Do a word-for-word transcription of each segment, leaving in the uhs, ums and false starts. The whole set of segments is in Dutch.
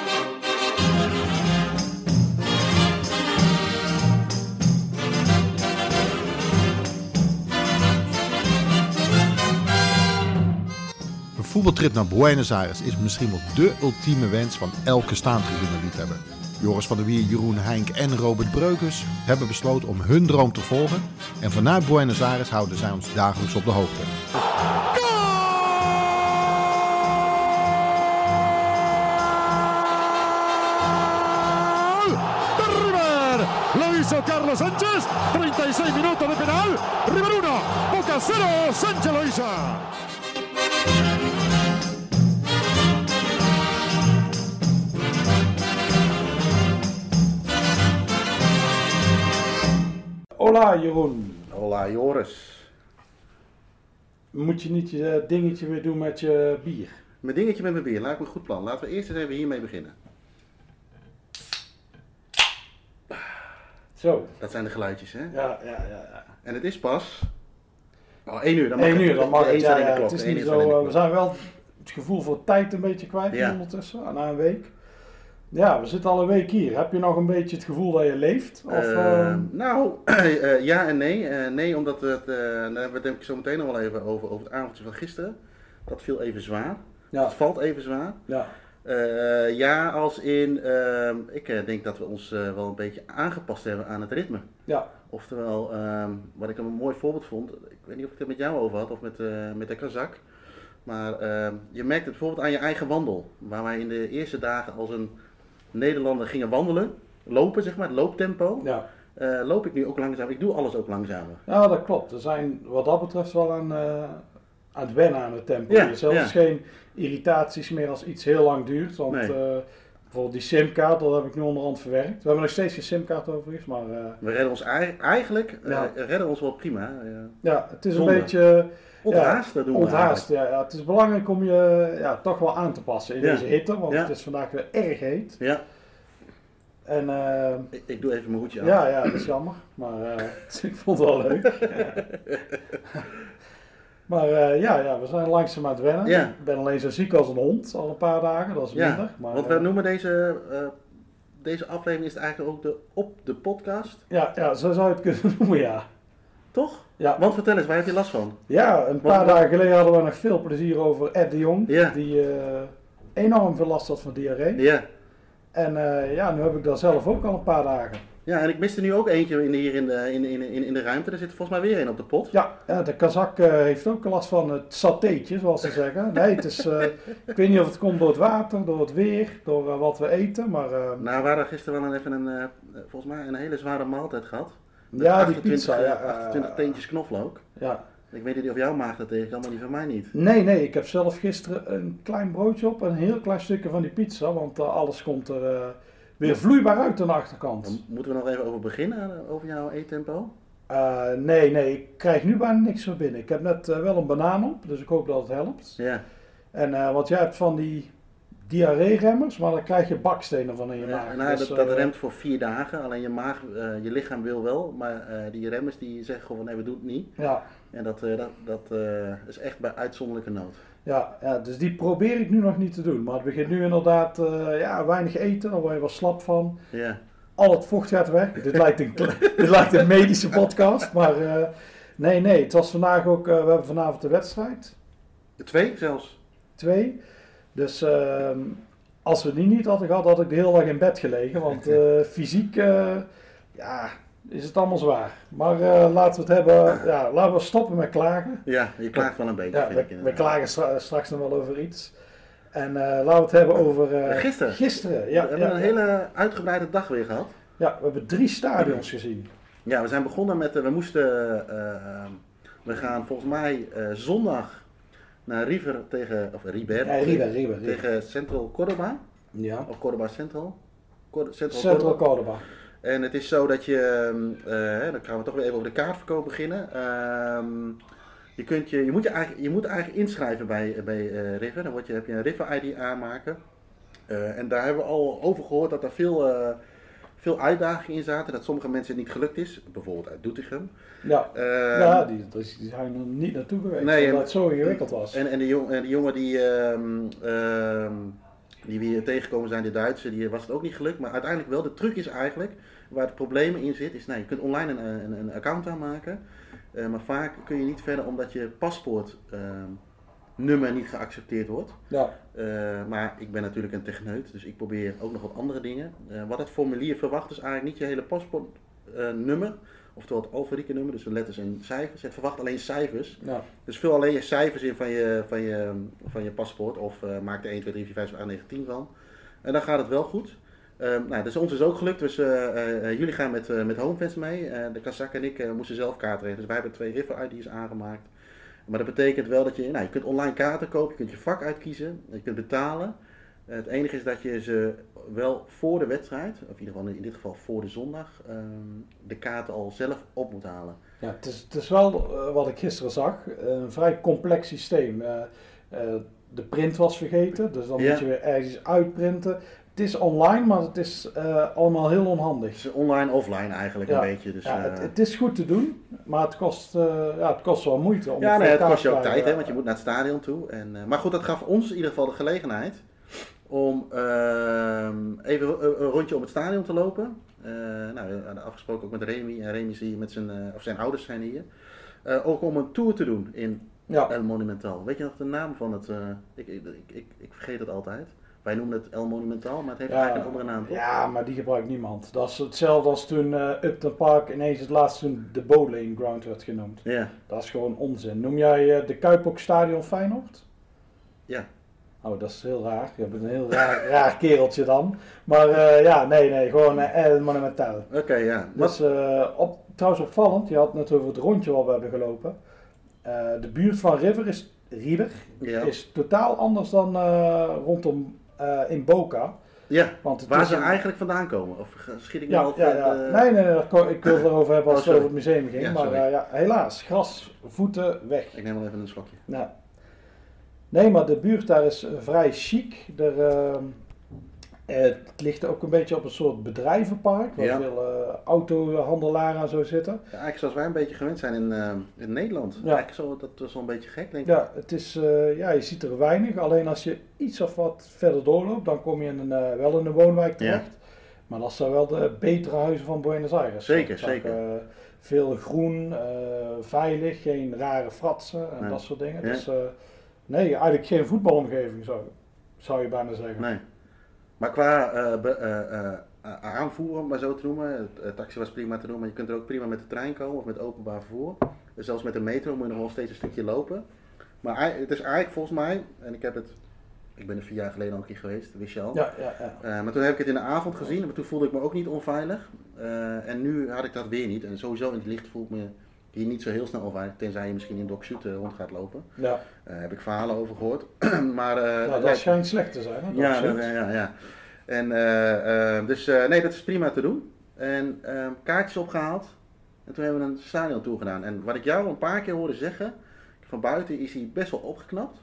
Een voetbaltrip naar Buenos Aires is misschien wel dé ultieme wens van elke staantribune-liefhebber. Joris van der Wier, Jeroen Heink en Robert Breukers hebben besloten om hun droom te volgen. En vanuit Buenos Aires houden zij ons dagelijks op de hoogte. Lo hizo Carlos Sánchez, treinta y seis minutos de penal, River uno, Boca cero, Sánchez lo hizo. Hola Jeroen. Hola Joris. Moet je niet je dingetje weer doen met je bier? Mijn dingetje met mijn bier, lijkt me een goed plan. Laten we eerst eens even hiermee beginnen. Zo. Dat zijn de geluidjes, hè? Ja, ja, ja. ja. En het is pas... Oh, één uur, dan mag Eén uur, dan mag het. Ja, ja, klok. het is niet zo, uh, we zijn wel het gevoel voor tijd een beetje kwijt ja. ondertussen, na een week. Ja, we zitten al een week hier. Heb je nog een beetje het gevoel dat je leeft? Of, uh, uh, nou, uh, ja en nee. Uh, nee, omdat het, uh, daar hebben we het denk ik zo meteen nog wel even over, over het avondje van gisteren. Dat viel even zwaar. Ja. Dat valt even zwaar. Ja. Uh, ja, als in, uh, ik uh, denk dat we ons uh, wel een beetje aangepast hebben aan het ritme. Ja. Oftewel, uh, wat ik een mooi voorbeeld vond, ik weet niet of ik het met jou over had of met, uh, met de Kazak. Maar uh, je merkt het bijvoorbeeld aan je eigen wandel. Waar wij in de eerste dagen als een Nederlander gingen wandelen, lopen zeg maar, het looptempo. Ja. Uh, loop ik nu ook langzaam, ik doe alles ook langzamer. Ja, dat klopt. We zijn wat dat betreft wel aan, uh, aan het wennen aan het tempo. Ja, Zelfs ja. geen irritaties meer als iets heel lang duurt. Want Nee. uh, bijvoorbeeld die simkaart, dat heb ik nu onderhand verwerkt. We hebben nog steeds geen simkaart overigens, maar... Uh, We redden ons ei- eigenlijk uh, Ja. redden ons wel prima. Uh, ja, het is Zonde. een beetje... Onthaast, dat doen we Onthaast, ja, ja. Het is belangrijk om je ja, toch wel aan te passen in Ja. deze hitte, want Ja. het is vandaag weer erg heet. Ja, En uh, ik, ik doe even mijn hoedje af. ja, ja, dat is jammer, maar uh, ik vond het wel leuk. Maar uh, ja, ja, we zijn langzaam aan het wennen. Ja. Ik ben alleen zo ziek als een hond, al een paar dagen, dat is Ja, minder. Maar, want we uh, noemen deze, uh, deze aflevering is het eigenlijk ook de op de podcast, ja, ja, zo zou je het kunnen noemen, ja. toch? Ja, Want vertel eens, waar heb je last van? ja een paar Want- dagen geleden hadden we nog veel plezier over Ed de Jong, Ja. die uh, enorm veel last had van diarree. Ja. En uh, ja, nu heb ik dat zelf ook al een paar dagen. Ja, en ik miste nu ook eentje in de, hier in de, in, in, in, in de ruimte. Er zit volgens mij weer een op de pot. Ja, ja de Kazak uh, heeft ook last van het satéetje, zoals ze zeggen. Nee, het is, uh, ik weet niet of het komt door het water, door het weer, door uh, wat we eten, maar... Uh, Nou, we hadden gisteren wel een, even een, uh, volgens mij een hele zware maaltijd gehad. Met ja, die achtentwintig, pizza, ja. achtentwintig teentjes knoflook. Ja. Ik weet niet of jouw maag dat tegen kan, maar die van mij niet. Nee, nee, ik heb zelf gisteren een klein broodje op en een heel klein stukje van die pizza, want uh, alles komt er uh, weer vloeibaar uit aan de achterkant. Dan moeten we nog even over beginnen, uh, over jouw eettempo. Uh, nee, nee, ik krijg nu bijna niks meer binnen. Ik heb net uh, wel een banaan op, dus ik hoop dat het helpt. Ja. En uh, want jij hebt van die diarree-remmers, maar dan krijg je bakstenen van in je Ja, maag. nou, dus, dat, dat uh, remt voor vier dagen, alleen je maag, uh, je lichaam wil wel, maar uh, die remmers die zeggen gewoon nee, we doen het niet. Ja, En dat, uh, dat, dat uh, is echt bij uitzonderlijke nood. ja, ja, dus die probeer ik nu nog niet te doen. Maar het begint nu inderdaad, uh, ja, weinig eten, daar word je wel slap van. Ja. Al het vocht gaat weg. Dit lijkt een, dit lijkt een medische podcast, maar uh, nee, nee, het was vandaag ook, uh, we hebben vanavond de wedstrijd. Twee zelfs. Twee. Dus uh, als we die niet hadden gehad, had ik de hele dag in bed gelegen. Want uh, fysiek, uh, ja, is het allemaal zwaar. Maar uh, laten we het hebben, ja, laten we stoppen met klagen. Ja, je klaagt wel een beetje, Ja, vind we, ik we inderdaad. klagen stra- straks nog wel over iets. En uh, laten we het hebben over... Uh, Gisteren. Gisteren, ja. we hebben ja, een hele uitgebreide dag weer gehad. ja, we hebben drie stadions gezien. Ja, we zijn begonnen met, uh, we moesten, uh, we gaan volgens mij uh, zondag naar River tegen, of River, Ja, River, River, River. tegen Central Córdoba, Ja. of Córdoba Central. Cor- Central, Central Córdoba. Córdoba. En het is zo dat je, uh, dan gaan we toch weer even over de kaartverkoop beginnen. Um, je, kunt je, je, moet je, eigenlijk, je moet eigenlijk inschrijven bij, bij uh, River, dan word je, heb je een River I D aanmaken. Uh, en daar hebben we al over gehoord dat er veel, uh, veel uitdagingen in zaten, dat sommige mensen het niet gelukt is, bijvoorbeeld uit Doetinchem. Ja, Uh, ja die, die zijn er niet naartoe geweest, Nee, omdat en- het zo ingewikkeld was. En, en, de jong, en de jongen die, um, um, die we hier tegengekomen zijn, de Duitse, die was het ook niet gelukt. Maar uiteindelijk wel, de truc is eigenlijk, waar het probleem in zit, is nou, je kunt online een, een, een account aanmaken. Uh, maar vaak kun je niet verder omdat je paspoortnummer uh, niet geaccepteerd wordt. Ja. Uh, maar ik ben natuurlijk een techneut, dus ik probeer ook nog wat andere dingen. Uh, wat het formulier verwacht is eigenlijk niet je hele paspoortnummer. Uh, Oftewel het alfabetieke nummer, dus de letters en cijfers. Het verwacht alleen cijfers. Ja. Dus vul alleen je cijfers in van je, van je, van je paspoort. Of uh, maak er een, twee, drie, vier, vijf, zes, acht, negen, tien van. En dan gaat het wel goed. Uh, nou, dus ons is ook gelukt. Dus uh, uh, jullie gaan met, uh, met Homefans mee. Uh, de Kazak en ik uh, moesten zelf kaarten regelen. Dus wij hebben twee River I D's aangemaakt. Maar dat betekent wel dat je, nou, je kunt online kaarten kopen. Je kunt je vak uitkiezen. Je kunt betalen. Uh, het enige is dat je ze wel voor de wedstrijd, of in ieder geval in dit geval voor de zondag, um, de kaarten al zelf op moet halen. Ja, het is, het is wel uh, wat ik gisteren zag, een vrij complex systeem. Uh, uh, de print was vergeten, dus dan ja. moet je weer ergens uitprinten. Het is online, maar het is uh, allemaal heel onhandig. Het is online, offline eigenlijk ja. een beetje. Dus, ja, uh... het, het is goed te doen, maar het kost, uh, ja, het kost wel moeite. Om ja, het, nee, het kost je ook krijgen, tijd, hè, want je moet naar het stadion toe. En, uh, maar goed, dat gaf ons in ieder geval de gelegenheid om uh, even een, een rondje om het stadion te lopen. Uh, nou, we hadden afgesproken ook met Remy. En Remy is hier met zijn, uh, of zijn ouders zijn hier. Uh, ook om een tour te doen in ja. El Monumental. Weet je nog de naam van het? Uh, ik, ik, ik, ik vergeet het altijd. Wij noemen het El Monumental, maar het heeft ja, eigenlijk een andere naam. Toch? Ja, maar die gebruikt niemand. Dat is hetzelfde als toen uh, Upton Park ineens het laatste toen de Bowling Ground werd genoemd. Ja. Dat is gewoon onzin. Noem jij uh, de Kuip ook Stadion Feyenoord? Ja. Oh, dat is heel raar. Je bent een heel raar, raar kereltje dan. Maar uh, ja, nee, nee, gewoon uh, El Monumental. Oké, okay, ja. Dus uh, op, trouwens opvallend, je had net over het rondje wat we hebben gelopen. Uh, de buurt van River is, River, ja. is totaal anders dan uh, rondom uh, in Boca. Ja, want het waar is ze een... eigenlijk vandaan komen. Of schiet ik ja, nou ja, ja. Uh... Nee, nee, nee, ik wil het erover hebben als oh, het over het museum ging. Ja, maar uh, ja, helaas, gras, voeten, weg. Ik neem wel even een slokje. Nou. Nee, maar de buurt daar is uh, vrij chic. Er, uh, het ligt ook een beetje op een soort bedrijvenpark, waar ja. veel uh, autohandelaren en zo zitten. Ja, eigenlijk zoals wij een beetje gewend zijn in, uh, in Nederland. Ja. Eigenlijk zo, dat is wel een beetje gek, denk ik. Ja, het is, uh, ja, je ziet er weinig. Alleen als je iets of wat verder doorloopt, dan kom je in een, uh, wel in een woonwijk terecht. Ja. Maar dat zijn wel de betere huizen van Buenos Aires. Zeker, zag, zeker. Uh, veel groen, uh, veilig, geen rare fratsen en nee. dat soort dingen. Ja. Dus uh, nee, eigenlijk geen voetbalomgeving zou, zou je bijna zeggen. Nee. Maar qua uh, be, uh, uh, aanvoer, om maar zo te noemen, het uh, taxi was prima te doen, maar je kunt er ook prima met de trein komen of met openbaar vervoer. Dus zelfs met de metro moet je nog wel steeds een stukje lopen. Maar het is eigenlijk volgens mij, en ik heb het, ik ben er vier jaar geleden al een keer geweest, wist je al. Ja, ja, ja. Uh, maar toen heb ik het in de avond gezien, maar toen voelde ik me ook niet onveilig. Uh, en nu had ik dat weer niet. En sowieso in het licht voel ik me hier niet zo heel snel onveilig, tenzij je misschien in Doc Sud uh, rond gaat lopen. Ja. Uh, heb ik verhalen over gehoord. maar, uh, nou, dat ja, schijnt slecht te zijn, hè? Ja, ja, ja, ja. En, uh, uh, dus uh, nee, dat is prima te doen. En uh, kaartjes opgehaald. En toen hebben we een stadion tour gedaan. En wat ik jou een paar keer hoorde zeggen, van buiten is hij best wel opgeknapt.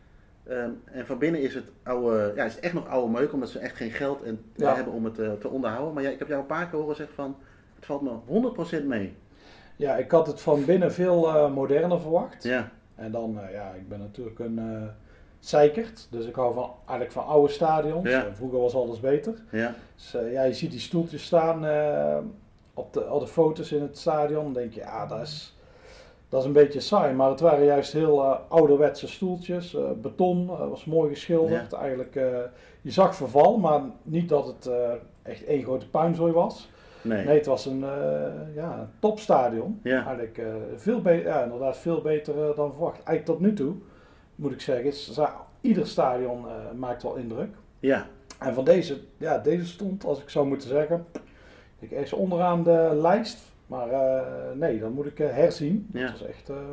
Um, en van binnen is het oude, ja, is echt nog oude meuk, omdat ze echt geen geld en, ja. hebben om het uh, te onderhouden. Maar ja, ik heb jou een paar keer horen zeggen van, het valt me honderd procent mee. Ja, ik had het van binnen veel uh, moderner verwacht. Ja. En dan, uh, ja, ik ben natuurlijk een uh, zeikert, dus ik hou van, eigenlijk van oude stadions. Ja. Vroeger was alles beter. Ja. Dus uh, ja, je ziet die stoeltjes staan uh, op, de, op de foto's in het stadion. Dan denk je, ja, dat is, dat is een beetje saai. Maar het waren juist heel uh, ouderwetse stoeltjes. Uh, beton, uh, was mooi geschilderd. Ja. Eigenlijk, uh, je zag verval, maar niet dat het uh, echt één grote puinzooi was. Nee. nee, het was een, uh, ja, een topstadion. Ja. Eigenlijk uh, veel, be- ja, inderdaad veel beter uh, dan verwacht. Eigenlijk tot nu toe, moet ik zeggen, is, ieder stadion uh, maakt wel indruk. Ja. En van deze, ja, deze stond, als ik zou moeten zeggen, ik ergens onderaan de lijst. Maar uh, nee, dan moet ik uh, herzien. Ja. Dat is echt uh,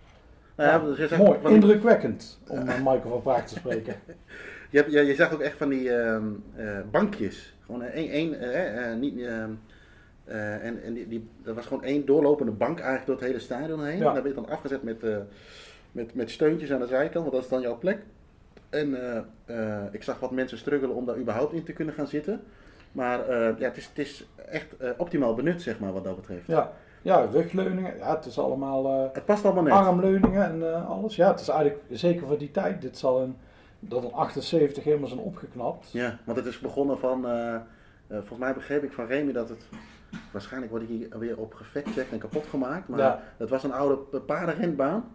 nou ja, ja, je zegt mooi, van indrukwekkend, om uh, Michael van Praag te spreken. je, hebt, je, je zag ook echt van die uh, uh, bankjes. Gewoon één, één, uh, uh, niet... Uh, Uh, en en die, die, er was gewoon één doorlopende bank eigenlijk door het hele stadion heen. Ja. En daar werd dan afgezet met, uh, met, met steuntjes aan de zijkant, want dat is dan jouw plek. En uh, uh, ik zag wat mensen struggelen om daar überhaupt in te kunnen gaan zitten. Maar uh, ja, het, is, het is echt uh, optimaal benut, zeg maar, wat dat betreft. Ja, ja, rugleuningen, ja, het is allemaal... Uh, het past allemaal net. Armleuningen en uh, alles. Ja, het is eigenlijk, zeker voor die tijd, dit zal een dat in achtenzeventig helemaal zijn opgeknapt. Ja, want het is begonnen van, uh, uh, volgens mij begreep ik van Remy dat het, waarschijnlijk wordt hij hier weer op gefactcheckt en kapot gemaakt, maar Ja. het was een oude paardenrenbaan.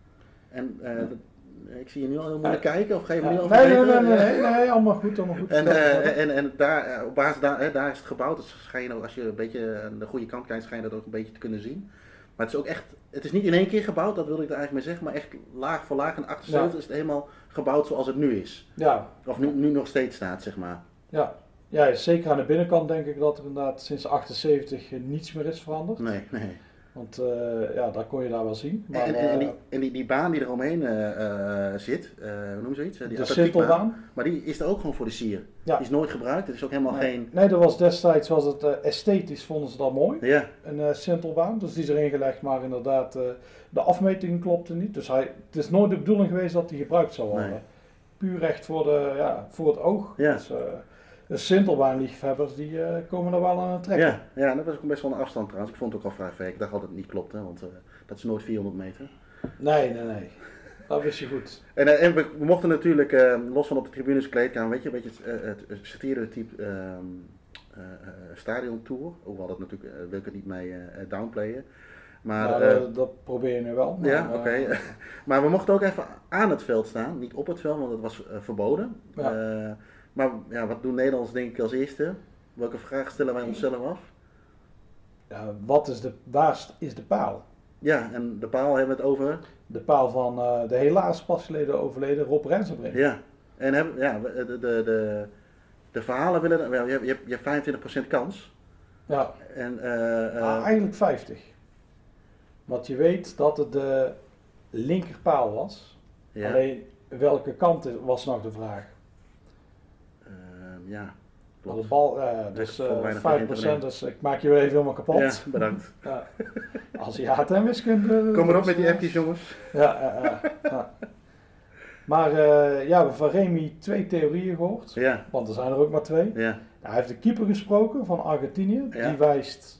En uh, dat, ik zie je nu al heel moeilijk ja. kijken, of ga je me Ja. nu al nee, nee, nee, vergeten? nee, nee, nee, allemaal goed, allemaal goed. En, uh, en, en daar, op basis daar, hè, daar is het gebouwd, dus schijn je, als je een beetje aan de goede kant kijkt, schijn je dat ook een beetje te kunnen zien. Maar het is ook echt, het is niet in één keer gebouwd, dat wilde ik er eigenlijk mee zeggen, maar echt laag voor laag. In achtenzeventig ja. is het helemaal gebouwd zoals het nu is. Ja. Of nu, nu nog steeds staat, zeg maar. Ja. Ja, zeker aan de binnenkant denk ik dat er inderdaad sinds achtenzeventig niets meer is veranderd. Nee, nee. Want uh, ja, dat kon je daar wel zien. Maar, en en, en, die, en die, die baan die er omheen uh, uh, zit, uh, hoe noem je zoiets? Die de Sintelbaan. Maar die is er ook gewoon voor de sier. Ja. Die is nooit gebruikt, het is ook helemaal nee. geen... Nee, dat was destijds, was het uh, esthetisch, vonden ze dat mooi. Ja. Een uh, Sintelbaan, dus die is erin gelegd, maar inderdaad, uh, de afmeting klopte niet. Dus hij, het is nooit de bedoeling geweest dat die gebruikt zou worden. Nee. Puur echt voor, de, ja, voor het oog. Ja. Dus, uh, de Sintelbaanliefhebbers die uh, komen er wel aan het trekken. Ja, ja, dat was ook best wel een afstand trouwens. Ik vond het ook al vrij ver. Ik dacht altijd dat het niet klopte, want uh, dat is nooit vierhonderd meter. Nee, nee, nee. Dat wist je goed. En, uh, en we, we mochten natuurlijk, uh, los van op de tribunes kleedkamer, weet je, een beetje het, uh, het stereotype uh, uh, uh, stadiontour. Hoewel dat natuurlijk, uh, wil ik het niet mee uh, downplayen. Maar, nou, uh, dat, dat probeer je nu wel. Maar, ja, oké. Okay. Uh, maar we mochten ook even aan het veld staan. Niet op het veld, want dat was uh, verboden. Ja. Uh, maar ja, wat doen Nederlanders denk ik als eerste? Welke vraag stellen wij onszelf af? Ja, wat is de, waar is de paal? Ja, en de paal hebben we het over? De paal van uh, de helaas pas geleden overleden Rob Rensenbrink. Ja, en hebben, ja, de, de, de, de verhalen willen, je hebt, je hebt vijfentwintig procent kans. Ja, en, uh, uh, ah, eigenlijk vijftig. Want je weet dat het de linkerpaal was. Ja. Alleen welke kant was nog de vraag. Uh, ja, klopt. De bal, uh, dus uh, vijf procent, dus ik maak je weer even helemaal kapot. Ja, bedankt. Ja. Aziaten en wiskunde. Kom maar op met die appjes, jongens. Ja, uh, uh, ja. Maar uh, ja, we hebben van Remy twee theorieën gehoord. Ja. Want er zijn er ook maar twee. Ja. Hij heeft de keeper gesproken van Argentinië. Ja. Die wijst,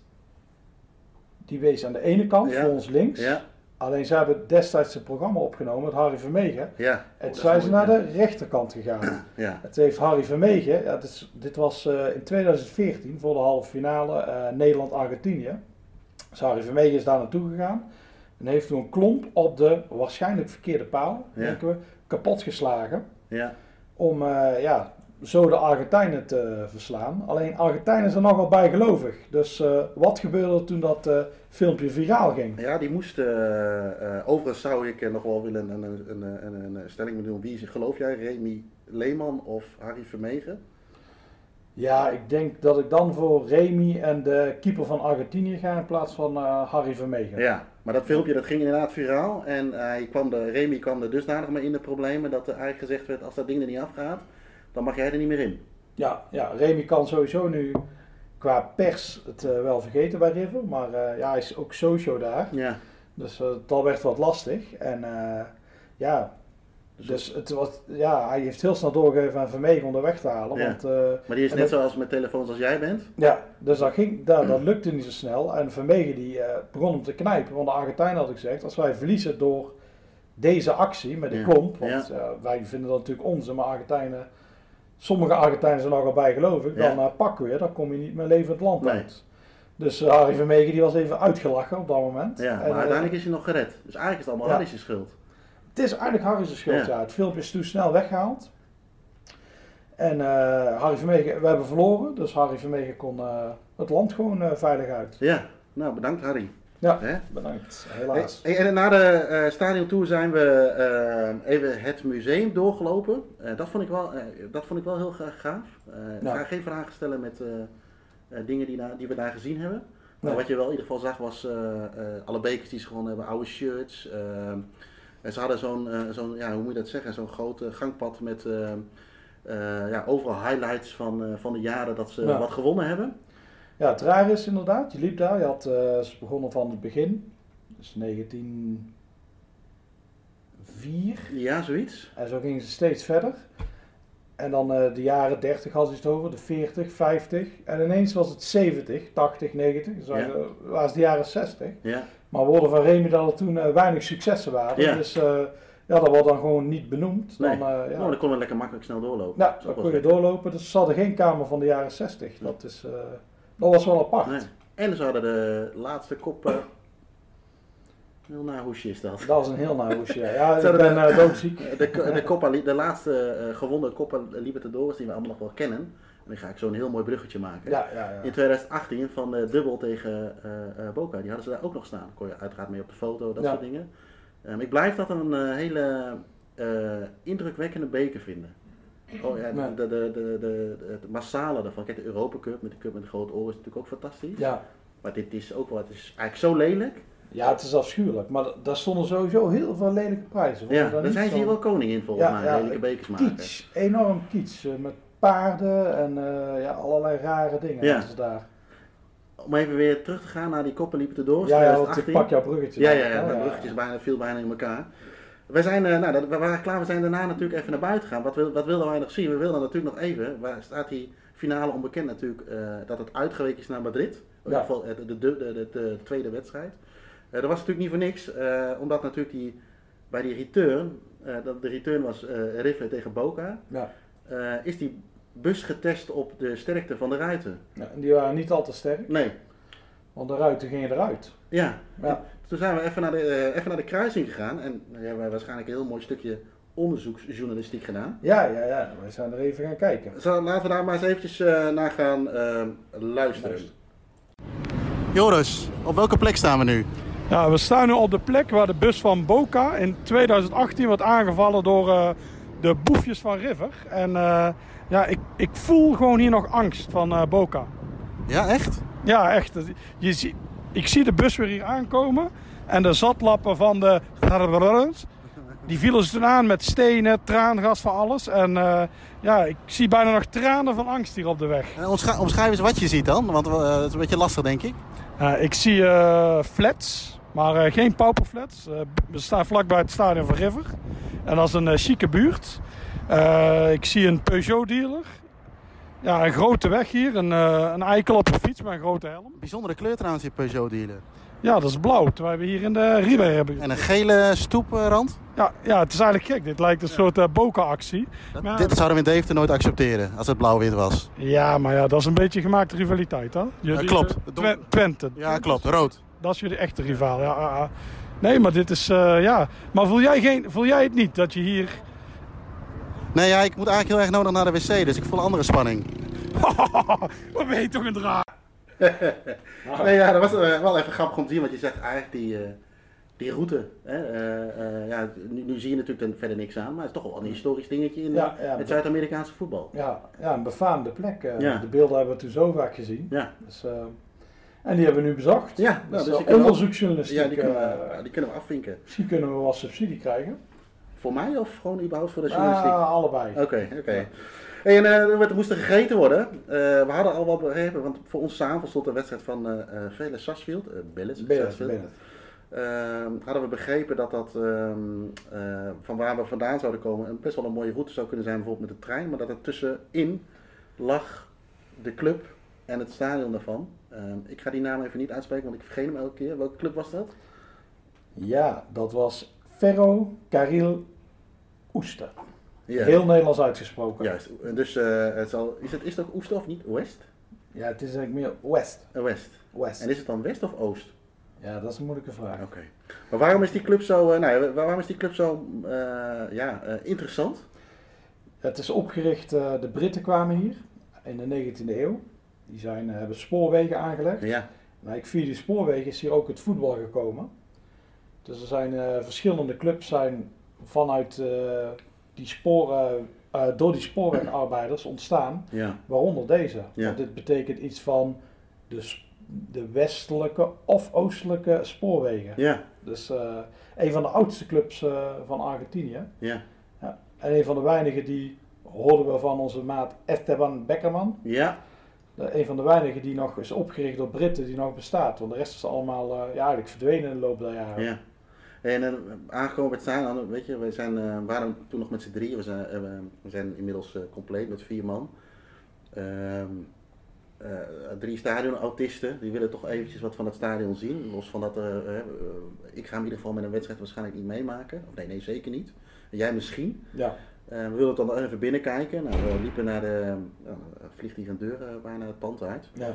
die wees aan de ene kant, ja. voor ons links. Ja. Alleen zij hebben destijds het programma opgenomen met Harry Vermegen. Ja. En toen zijn ze naar de rechterkant gegaan. Ja. Het heeft Harry Vermegen, ja, dit, dit was uh, in tweeduizend veertien voor de halve finale uh, Nederland-Argentinië. Dus Harry Vermegen is daar naartoe gegaan. En heeft toen een klomp op de waarschijnlijk verkeerde paal, ja. denken we, kapot geslagen. Ja. Om uh, ja, zo de Argentijnen te verslaan. Alleen Argentijnen zijn nogal bijgelovig. Dus uh, wat gebeurde toen dat uh, filmpje viraal ging? Ja, die moest, uh, uh, overigens zou ik uh, nog wel willen een, een, een, een, een stelling doen. Wie geloof jij, Remy Leeman of Harry Vermegen? Ja, ik denk dat ik dan voor Remy en de keeper van Argentinië ga in plaats van uh, Harry Vermegen. Ja, maar dat filmpje dat ging inderdaad viraal. En uh, hij kwam de, Remy kwam er dusdanig mee in de problemen dat er eigenlijk gezegd werd, als dat ding er niet afgaat, dan mag jij er niet meer in. Ja, ja, Remy kan sowieso nu qua pers het uh, wel vergeten bij River, maar uh, ja, hij is ook socio daar. Ja. Dus uh, dat werd wat lastig. En uh, ja, dus, dus het was, ja, hij heeft heel snel doorgegeven aan Vermegen om er weg te halen. Ja. Want, uh, maar die is net dat, zoals met telefoons als jij bent? Ja, dus dat, ging, dat, dat lukte niet zo snel. En Vermegen die uh, begon hem te knijpen, want de Argentijn had ik gezegd, als wij verliezen door deze actie met de ja. klomp, want ja. uh, wij vinden dat natuurlijk onze, maar Argentijnen, sommige Argentijnen zijn nogal bijgelovig, ja. dan uh, pakken we, dan kom je niet meer levend land nee. uit. Dus uh, Harry Vermegen die was even uitgelachen op dat moment. Ja, maar en, uiteindelijk uh, is hij nog gered. Dus eigenlijk is het allemaal ja. Harry's schuld. Het is eigenlijk Harry's schuld, ja. ja. Het filmpje is toen snel weggehaald. En uh, Harry Vermegen, we hebben verloren, dus Harry Vermegen kon uh, het land gewoon uh, veilig uit. Ja, nou bedankt Harry. Ja, He? bedankt. Helaas. Hey, en na de uh, stadiontour zijn we uh, even het museum doorgelopen. Uh, dat, vond ik wel, uh, dat vond ik wel heel gaaf. Uh, ja. Ik ga geen vragen stellen met uh, uh, dingen die, na, die we daar gezien hebben. Maar nee. wat je wel in ieder geval zag was uh, uh, alle bekers die ze gewonnen hebben, oude shirts. Uh, en ze hadden zo'n, uh, zo'n, ja, hoe moet je dat zeggen, zo'n groot uh, gangpad met uh, uh, ja, overal highlights van, uh, van de jaren dat ze ja. wat gewonnen hebben. Ja, het raar is inderdaad, je liep daar, je had uh, ze begonnen van het begin, dus negentien vier. Ja, zoiets. En zo gingen ze steeds verder. En dan uh, de jaren dertig had je het over, de veertig, vijftig. En ineens was het zeventig, tachtig, negentig. Dus ja. was de jaren zestig. Ja. Maar we hoorden van Remy dat er toen uh, weinig successen waren. Ja. Dus uh, Ja, dat wordt dan gewoon niet benoemd. Nee, Dan, uh, ja. nou, dan kon we lekker makkelijk snel doorlopen. Ja, dan kon je doorlopen. Dus ze hadden geen kamer van de jaren zestig. Dat, is, uh, dat was wel apart. Nee. En ze hadden de laatste kop... Uh, heel naar hoesje is dat. Dat is een heel naar hoesje, ja. Ja, Ze ik ben de, uh, doodziek. De, de, Copa, de laatste uh, gewonnen Copa Libertadores die we allemaal nog wel kennen. En dan ga ik zo een heel mooi bruggetje maken. Ja, ja, ja. In twintig achttien van de dubbel tegen uh, uh, Boca. Die hadden ze daar ook nog staan. Kon je uiteraard mee op de foto, dat ja. soort dingen. Um, ik blijf dat een uh, hele uh, indrukwekkende beker vinden. Oh ja, de, de, de, de, de, de massale daarvan. Kijk, de Europa Cup met de cup met de grote oren is natuurlijk ook fantastisch. Ja. Maar dit is ook wel, het is eigenlijk zo lelijk. Ja, het is afschuwelijk. Maar daar stonden sowieso heel veel lelijke prijzen. Ja, daar zijn ze hier wel koning in volgens ja, mij. Ja, lelijke bekers maken. Kitsch, enorm kitsch. Met paarden en uh, ja, allerlei rare dingen. Ja. Dus daar. Om even weer terug te gaan naar die Copa Libertadores. Ja, ja, want ik pak jouw bruggetje. Ja, ja, ja, oh, dat ja. bruggetje is bijna, viel bijna in elkaar. We zijn, uh, nou, dat, we waren klaar, we zijn daarna natuurlijk even naar buiten gegaan. Wat, wil, wat wilden wij nog zien? We wilden natuurlijk nog even, waar staat die finale onbekend natuurlijk, uh, dat het uitgeweken is naar Madrid. In Ja. ieder geval de, de, de, de, de tweede wedstrijd. Uh, dat was natuurlijk niet voor niks, uh, omdat natuurlijk die, bij die return, uh, dat de return was uh, River tegen Boca, Ja. uh, is die bus getest op de sterkte van de ruiten. Ja, en die waren niet al te sterk, Nee. want de ruiten gingen eruit. Ja. Ja. Toen zijn we even naar de, uh, even naar de kruising gegaan en uh, we hebben waarschijnlijk een heel mooi stukje onderzoeksjournalistiek gedaan. Ja, ja, ja. Wij zijn er even gaan kijken. Zo, laten we daar maar eens eventjes uh, naar gaan uh, luisteren. Joris, op welke plek staan we nu? Ja, we staan nu op de plek waar de bus van Boca in twintig achttien werd aangevallen door uh, de boefjes van River. En uh, ja, ik, ik voel gewoon hier nog angst van uh, Boca. Ja, echt? Ja, echt. Je zie, ik zie de bus weer hier aankomen en de zatlappen van de... Die vielen ze toen aan met stenen, traangas, van alles. En uh, ja, ik zie bijna nog tranen van angst hier op de weg. Uh, omschrijf, omschrijf eens wat je ziet dan, want uh, het is een beetje lastig denk ik. Uh, ik zie uh, flats, maar uh, geen pauperflats. Uh, we staan vlakbij het stadion van River. En dat is een uh, chique buurt. Uh, ik zie een Peugeot dealer. Ja, een grote weg hier. Een, uh, een eikel op een fiets met een grote helm. Bijzondere kleur trouwens, die Peugeot dealer. Ja, dat is blauw, terwijl we hier in de Ribe hebben. En een gele stoeprand? Ja, ja, het is eigenlijk gek. Dit lijkt een ja. soort uh, Boca-actie. Ja, dit zouden we in Deventer nooit accepteren, als het blauw-wit was. Ja, maar ja, dat is een beetje gemaakte rivaliteit, hè? Ja, klopt. Twen- Twente. Ja, klopt. Rood. Dat is jullie echte rivaal, ja. Uh, uh. Nee, maar dit is, uh, ja... Maar voel jij, geen, voel jij het niet, dat je hier... Nee, ja, ik moet eigenlijk heel erg nodig naar de wc, dus ik voel een andere spanning. Wat ben je toch een draad? Nee, ja, dat was uh, wel even grappig om te zien, want je zegt eigenlijk die, uh, die route. Hè, uh, uh, ja, nu, nu zie je natuurlijk er verder niks aan, maar het is toch wel een historisch dingetje in ja, ja, het Zuid-Amerikaanse voetbal. Ja, ja, een befaamde plek. Uh, ja. De beelden hebben we toen zo vaak gezien. Ja. Dus, uh, en die hebben we nu bezocht. Ja, nou, dus, dus uh, onderzoeksjournalistiek. Ja, die kunnen, uh, we, die kunnen we afvinken. Misschien kunnen we wel subsidie krijgen. Voor mij of gewoon überhaupt voor de journalistiek? Ah, allebei. Oké, okay, oké. Okay. Ja. Hey, en uh, er moest er gegeten worden. Uh, we hadden al wel begrepen, want voor ons samen stond de wedstrijd van uh, uh, Vélez Sarsfield, uh, Vélez Sarsfield. Uh, hadden we begrepen dat dat um, uh, van waar we vandaan zouden komen een best wel een mooie route zou kunnen zijn, bijvoorbeeld met de trein, maar dat er tussenin lag de club en het stadion daarvan. Uh, ik ga die naam even niet uitspreken, want ik vergeet hem elke keer. Welke club was dat? Ja, dat was Ferro Carril Oester. Ja. Heel Nederlands uitgesproken. Juist, dus uh, het zal, is, het, is het ook Oester of niet? West? Ja, het is eigenlijk meer West. Uh, West. West. En is het dan West of Oost? Ja, dat is een moeilijke vraag. Oké. Okay. Maar waarom is die club zo, uh, nou, waarom is die club zo uh, ja, uh, interessant? Het is opgericht, uh, de Britten kwamen hier in de negentiende eeuw. Die zijn, uh, hebben spoorwegen aangelegd. Ja. Nou, via die spoorwegen is hier ook het voetbal gekomen. Dus er zijn uh, verschillende clubs zijn vanuit uh, die sporen, uh, door die spoorwegarbeiders ontstaan. Ja. Waaronder deze. Ja. Want dit betekent iets van de, de westelijke of oostelijke spoorwegen. Ja. Dus uh, een van de oudste clubs uh, van Argentinië. Ja. Ja. En een van de weinigen die hoorden we van onze maat Esteban Beckerman. Ja. De, een van de weinigen die nog is opgericht door Britten, die nog bestaat. Want de rest is allemaal uh, ja, eigenlijk verdwenen in de loop der jaren. Ja. En uh, aangekomen bij het staan, weet je, we zijn, uh, waren toen nog met z'n drieën, we zijn, uh, we zijn inmiddels uh, compleet met vier man. Uh, uh, drie stadionautisten, die willen toch eventjes wat van het stadion zien. Los van dat, uh, uh, ik ga in ieder geval met een wedstrijd waarschijnlijk niet meemaken. Of nee, nee, zeker niet. En jij misschien. Ja. Uh, we wilden dan even binnenkijken. Nou, we liepen naar de, uh, vliegt hier een deur uh, bijna het pand uit. Ja.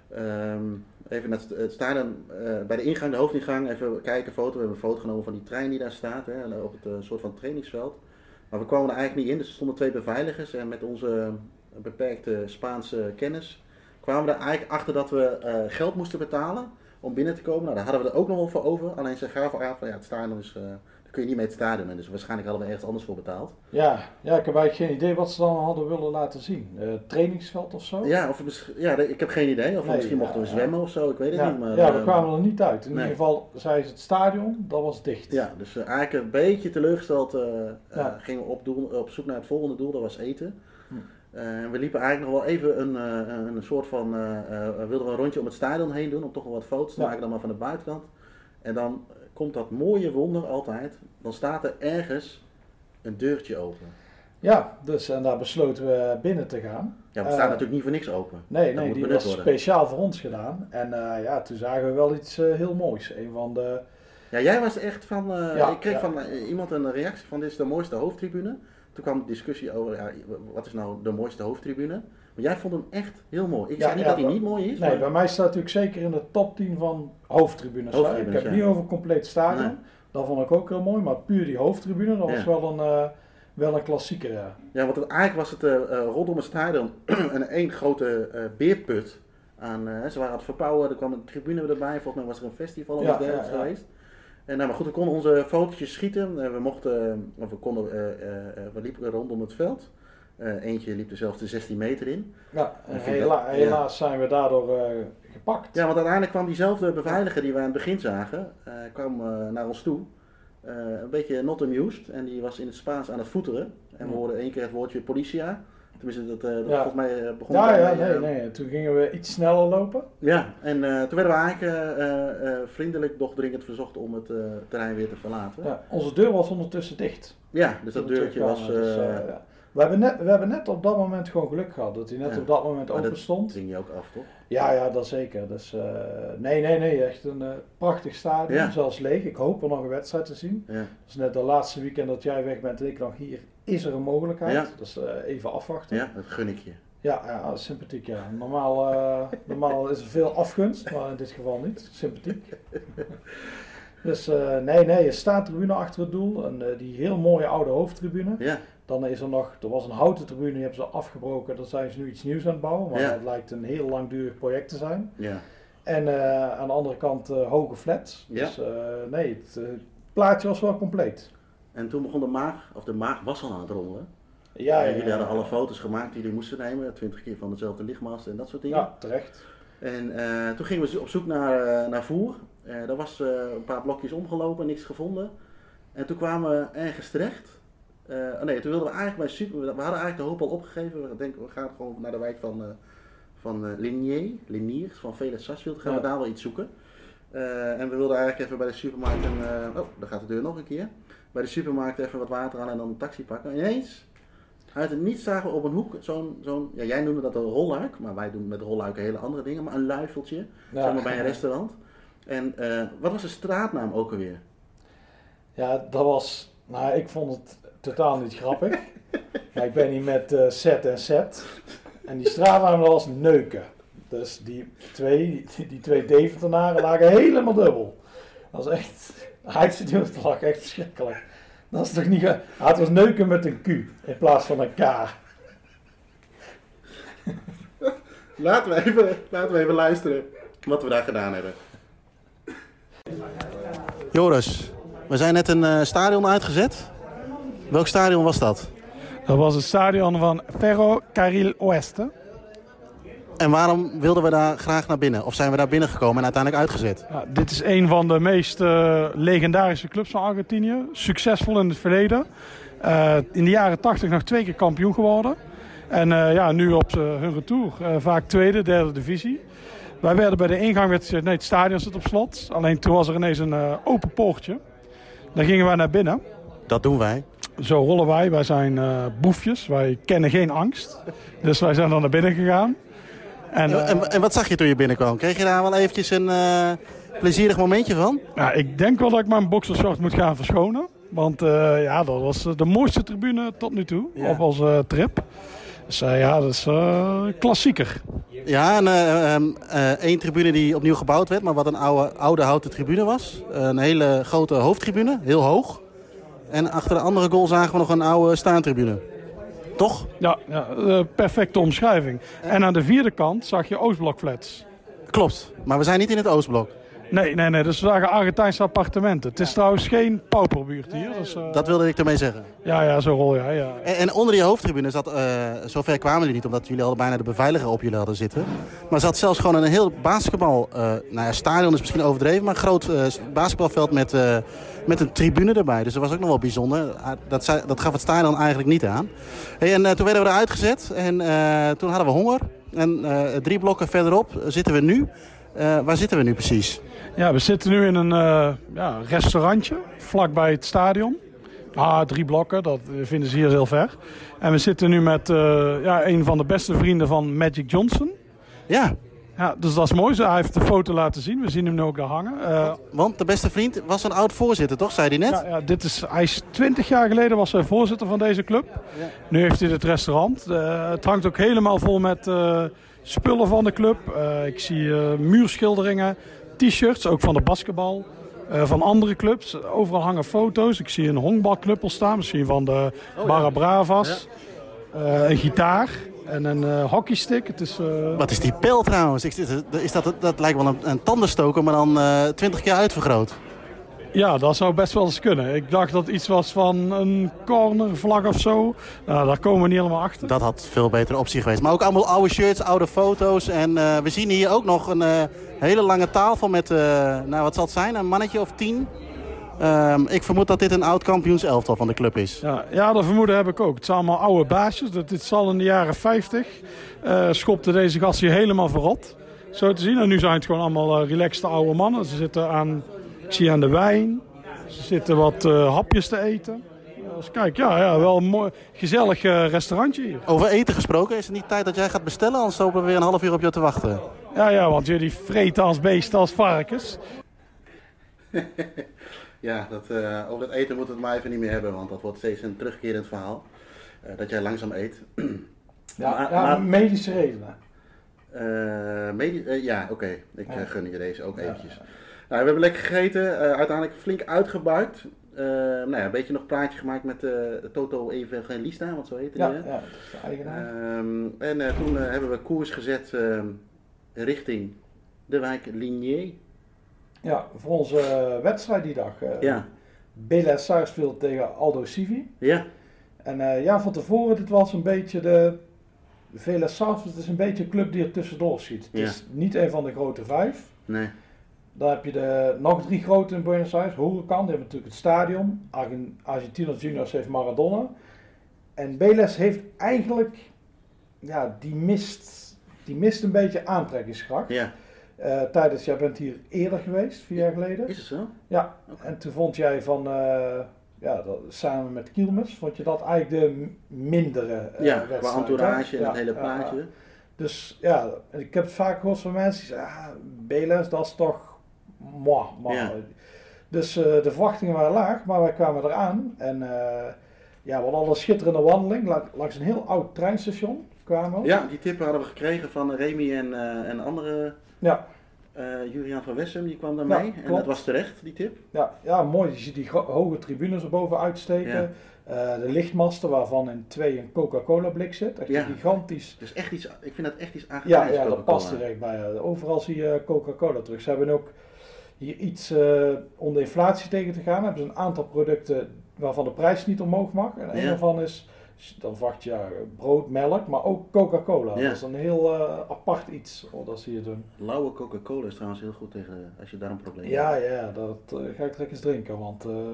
Um, even naar het stadion, uh, bij de ingang, de hoofdingang, even kijken, foto. We hebben een foto genomen van die trein die daar staat, hè, op het uh, soort van trainingsveld. Maar we kwamen er eigenlijk niet in, dus er stonden twee beveiligers en met onze beperkte Spaanse kennis kwamen we er eigenlijk achter dat we uh, geld moesten betalen om binnen te komen. Nou, daar hadden we er ook nog wel voor over, alleen ze gaven aan van ja, het stadion is, uh, daar kun je niet mee het stadion in, dus waarschijnlijk hadden we ergens anders voor betaald. Ja, ja, ik heb eigenlijk geen idee wat ze dan hadden willen laten zien. Uh, trainingsveld of zo? Ja, of we, ja, ik heb geen idee, of nee, misschien mochten we ja, zwemmen ja. of zo, ik weet het ja, niet. Maar, ja, we uh, kwamen er niet uit. In nee. ieder geval, zei ze het stadion, dat was dicht. Ja, dus uh, eigenlijk een beetje teleurgesteld uh, ja. uh, gingen we op, doel, op zoek naar het volgende doel, dat was eten. Hm. Uh, we liepen eigenlijk nog wel even een, uh, een soort van, uh, uh, wilden we een rondje om het stadion heen doen, om toch wel wat foto's te ja. maken dan maar van de buitenkant. En dan komt dat mooie wonder altijd, dan staat er ergens een deurtje open. Ja, dus en daar besloten we binnen te gaan. Ja, het staat uh, natuurlijk niet voor niks open. Nee, dat nee, die was worden. speciaal voor ons gedaan. En uh, ja, toen zagen we wel iets uh, heel moois. Een van de... Ja, jij was echt van, uh, ja, ik kreeg ja. van uh, iemand een reactie van dit is de mooiste hoofdtribune. Toen kwam de discussie over, ja, wat is nou de mooiste hoofdtribune? Maar jij vond hem echt heel mooi. Ik ja, zeg niet ja, dat hij niet mooi is. Nee, maar... bij mij staat natuurlijk zeker in de top tien van hoofdtribunes. hoofdtribunes ik heb het ja. niet over compleet stadion. Nee. Dat vond ik ook heel mooi. Maar puur die hoofdtribune, dat ja. was wel een, uh, wel een klassieker. Ja, ja want het, eigenlijk was het uh, rondom het stadion een één grote uh, beerput. Aan, uh, ze waren aan het verbouwen, er kwam een tribune erbij. Volgens mij was er een festival of ja, iets dergelijks ja, ja. geweest. En nou, maar goed, we konden onze fotootjes schieten. We mochten, of we konden, uh, uh, we liepen rondom het veld. Uh, eentje liep er zelfs de zestien meter in. Ja, en hela- dat, helaas ja. zijn we daardoor uh, gepakt. Ja, want uiteindelijk kwam diezelfde beveiliger die we aan het begin zagen, uh, kwam uh, naar ons toe. Uh, een beetje not amused. En die was in het Spaans aan het voeteren. En we hoorden één keer het woordje policia. Tenminste, dat, uh, dat ja. volgens mij uh, begon Ja, ja, mee, nee, uh, nee. Toen gingen we iets sneller lopen. Ja, en uh, toen werden we eigenlijk uh, uh, vriendelijk, doch dringend verzocht om het uh, terrein weer te verlaten. Ja, onze deur was ondertussen dicht. Ja, dus dat deurtje was... Uh, dus, uh, ja. we, hebben net, we hebben net op dat moment gewoon geluk gehad, dat hij net ja. op dat moment maar open dat stond. Dat ging je ook af, toch? Ja, ja, dat zeker. Dus, uh, nee, nee, nee, echt een uh, prachtig stadion, ja. zelfs leeg. Ik hoop er nog een wedstrijd te zien. Ja. Dus net de laatste weekend dat jij weg bent en ik nog hier, is er een mogelijkheid. Ja. Dus uh, even afwachten. Ja, dat gun ik je. Ja, ja, sympathiek ja. Normaal, uh, normaal is er veel afgunst, maar in dit geval niet. Sympathiek. Dus uh, nee, nee, er staat tribune achter het doel. En, uh, die heel mooie oude hoofdtribune. Ja. Dan is er nog, er was een houten tribune, die hebben ze afgebroken. Daar zijn ze nu iets nieuws aan het bouwen. Maar ja. dat lijkt een heel langdurig project te zijn. Ja. En uh, aan de andere kant uh, hoge flats. Ja. Dus uh, nee, het uh, plaatje was wel compleet. En toen begon de maag, of de maag was al aan het rollen. Ja, en ja, jullie ja, hadden ja. alle foto's gemaakt die jullie moesten nemen. Twintig keer van dezelfde lichtmast en dat soort dingen. Ja, terecht. En uh, toen gingen we op zoek naar, uh, naar voer. Uh, daar was uh, een paar blokjes omgelopen, niks gevonden. En toen kwamen we ergens terecht. Uh, oh nee, toen wilden we eigenlijk bij super... We hadden eigenlijk de hoop al opgegeven. We denken, we gaan gewoon naar de wijk van, uh, van uh, Lignier, Liniers, van Velez Sarsfield. Gaan ja. we daar wel iets zoeken. Uh, en we wilden eigenlijk even bij de supermarkt... En, uh, oh, daar gaat de deur nog een keer. Bij de supermarkt even wat water aan en dan een taxi pakken. En ineens, uit het niets zagen we op een hoek zo'n... zo'n ja, jij noemde dat een rolluik, maar wij doen met rolluiken hele andere dingen. Maar een luifeltje, ja. zeg maar bij een restaurant. En uh, wat was de straatnaam ook alweer? Ja, dat was... Nou, ik vond het totaal niet grappig. Maar ik ben hier met uh, Zet en Zet. En die straatnaam was Neuken. Dus die twee, die, die twee Deventenaren lagen helemaal dubbel. Dat was echt... Hij zit heel te lachen, echt verschrikkelijk. Dat is toch niet... Ge... Ah, het was Neuken met een Q in plaats van een K. Laten we even, laten we even luisteren wat we daar gedaan hebben. Joris, we zijn net een uh, stadion uitgezet. Welk stadion was dat? Dat was het stadion van Ferro Carril Oeste. En waarom wilden we daar graag naar binnen? Of zijn we daar binnengekomen en uiteindelijk uitgezet? Ja, dit is een van de meest uh, legendarische clubs van Argentinië. Succesvol in het verleden. Uh, in de jaren tachtig nog twee keer kampioen geworden. En uh, ja, nu op uh, hun retour. Uh, vaak tweede, derde divisie. Wij werden bij de ingang, werd gezegd, nee, het stadion zit op slot. Alleen toen was er ineens een uh, open poortje. Daar gingen wij naar binnen. Dat doen wij. Zo rollen wij. Wij zijn uh, boefjes. Wij kennen geen angst. Dus wij zijn dan naar binnen gegaan. En, uh, en, en wat zag je toen je binnenkwam? Kreeg je daar wel eventjes een uh, plezierig momentje van? Ja, ik denk wel dat ik mijn boxershort moet gaan verschonen. Want uh, ja, dat was de mooiste tribune tot nu toe ja. op onze uh, trip. Dus uh, ja, dat is uh, klassieker. Ja, en uh, um, uh, één tribune die opnieuw gebouwd werd, maar wat een oude, oude houten tribune was. Uh, een hele grote hoofdtribune, heel hoog. En achter de andere goal zagen we nog een oude staantribune. Toch? Ja, ja uh, perfecte omschrijving. En aan de vierde kant zag je Oostblokflats. Klopt, maar we zijn niet in het Oostblok. Nee, nee, nee. Dus we zagen Argentijnse appartementen. Het is ja. trouwens geen pauperbuurt hier. Dus, uh... Dat wilde ik ermee zeggen. Ja, ja, zo rol jij. Ja. En, en onder die hoofdtribune zat, uh, zover kwamen jullie niet, omdat jullie al bijna de beveiliger op jullie hadden zitten. Maar zat zelfs gewoon een heel basketbal, uh, nou ja, stadion is misschien overdreven, maar een groot uh, basketbalveld met, uh, met een tribune erbij. Dus dat was ook nog wel bijzonder. Dat, zei, dat gaf het stadion eigenlijk niet aan. Hey, en uh, toen werden we eruit gezet en uh, toen hadden we honger. En uh, drie blokken verderop zitten we nu. Uh, waar zitten we nu precies? Ja, we zitten nu in een uh, ja, restaurantje vlakbij het stadion. Ah, drie blokken, dat vinden ze hier heel ver. En we zitten nu met uh, ja, een van de beste vrienden van Magic Johnson. Ja. Ja, dus dat is mooi. Hij heeft de foto laten zien. We zien hem nu ook daar hangen. Uh, Want de beste vriend was een oud voorzitter, toch? Zei hij net? Ja, ja, dit is, hij is twintig jaar geleden was hij voorzitter van deze club. Ja. Nu heeft hij het restaurant. Uh, het hangt ook helemaal vol met uh, spullen van de club. Uh, ik zie uh, muurschilderingen, t-shirts, ook van de basketbal. Uh, van andere clubs. Overal hangen foto's. Ik zie een honkbalknuppel staan. Misschien van de oh, Barra Bravas. Ja. Uh, een gitaar. En een uh, hockeystick. Het is, uh... Wat is die pijl trouwens? Is dat, dat lijkt wel een, een tandenstoker, maar dan uh, twintig keer uitvergroot. Ja, dat zou best wel eens kunnen. Ik dacht dat het iets was van een cornervlag of zo. Nou, daar komen we niet helemaal achter. Dat had veel betere optie geweest. Maar ook allemaal oude shirts, oude foto's. En uh, we zien hier ook nog een uh, hele lange tafel met, uh, nou wat zal het zijn, een mannetje of tien. Um, ik vermoed dat dit een oud kampioenselftal van de club is. Ja, ja, dat vermoeden heb ik ook. Het zijn allemaal oude baasjes. Dit zal in de jaren vijftig. Uh, schopte deze gast hier helemaal verrot. Zo te zien. En nu zijn het gewoon allemaal uh, relaxte oude mannen. Ze zitten aan, ik zie aan de wijn. Ze zitten wat uh, hapjes te eten. Dus kijk, ja, ja, wel een mooi, gezellig uh, restaurantje hier. Over eten gesproken, is het niet tijd dat jij gaat bestellen? Anders lopen we weer een half uur op je te wachten. Ja, ja, want jullie vreten als beesten, als varkens. Ja, dat, uh, over dat eten moeten we het maar even niet meer hebben, want dat wordt steeds een terugkerend verhaal. Uh, dat jij langzaam eet. Ja, maar, ja maar, medische redenen. Uh, medi uh, ja, oké. Okay. Ik ja. uh, gun je deze ook eventjes. Ja, ja. Nou, we hebben lekker gegeten, uh, uiteindelijk flink uitgebuikt. Uh, nou ja, een beetje nog een praatje gemaakt met uh, Toto Evangelista, want zo heette ja, hij. Ja, ja, dat is de eigenaar. Um, en uh, toen uh, hebben we koers gezet uh, richting de wijk Ligné. Ja, voor onze uh, wedstrijd die dag. Uh, ja. Bela Sarsfield tegen Aldo Civi. Ja. En uh, ja, van tevoren, dit was een beetje de... Bela Sarsfield is een beetje een club die er tussendoor schiet. Het ja. is niet een van de grote vijf. Nee. Dan heb je de nog drie grote in Buenos Aires. Huracan, die hebben natuurlijk het stadion. Argent Argentinos Juniors heeft Maradona. En Beles heeft eigenlijk... Ja, die mist, die mist een beetje aantrekkingskracht. Ja. Uh, tijdens, jij bent hier eerder geweest, vier jaar geleden. Is het zo? Ja, okay. En toen vond jij van, uh, ja, dat, samen met Quilmes, vond je dat eigenlijk de mindere uh, ja, wedstrijd. Qua entourage en ja, het hele plaatje. Ja, dus ja, ik heb het vaak gehoord van mensen die zeggen, ah, Beles, dat is toch, moi, moi. Ja. Dus uh, de verwachtingen waren laag, maar wij kwamen eraan. En uh, ja, we hadden een schitterende wandeling langs een heel oud treinstation. Kwamen. Ja, die tip hadden we gekregen van Remy en, uh, en andere... Ja. Uh, Julian van Wessem, die kwam daarmee. Ja, en dat was terecht, die tip. Ja, ja, mooi. Je ziet die hoge tribunes erboven uitsteken. Ja. Uh, de lichtmasten waarvan in twee een Coca-Cola blik zit. Echt ja. gigantisch. Dus echt iets, ik vind dat echt iets Argentijns. Ja, ja, dat past direct bij. Overal zie je Coca-Cola terug. Ze hebben ook hier iets uh, om de inflatie tegen te gaan. Hebben ze een aantal producten waarvan de prijs niet omhoog mag. En een ja. daarvan is... Dan verwacht je ja, brood, melk, maar ook Coca-Cola. Ja. Dat is een heel uh, apart iets oh, dat ze hier doen. Lauwe Coca-Cola is trouwens heel goed tegen als je daar een probleem ja, hebt. Ja, ja, dat uh, ga ik direct eens drinken, want uh,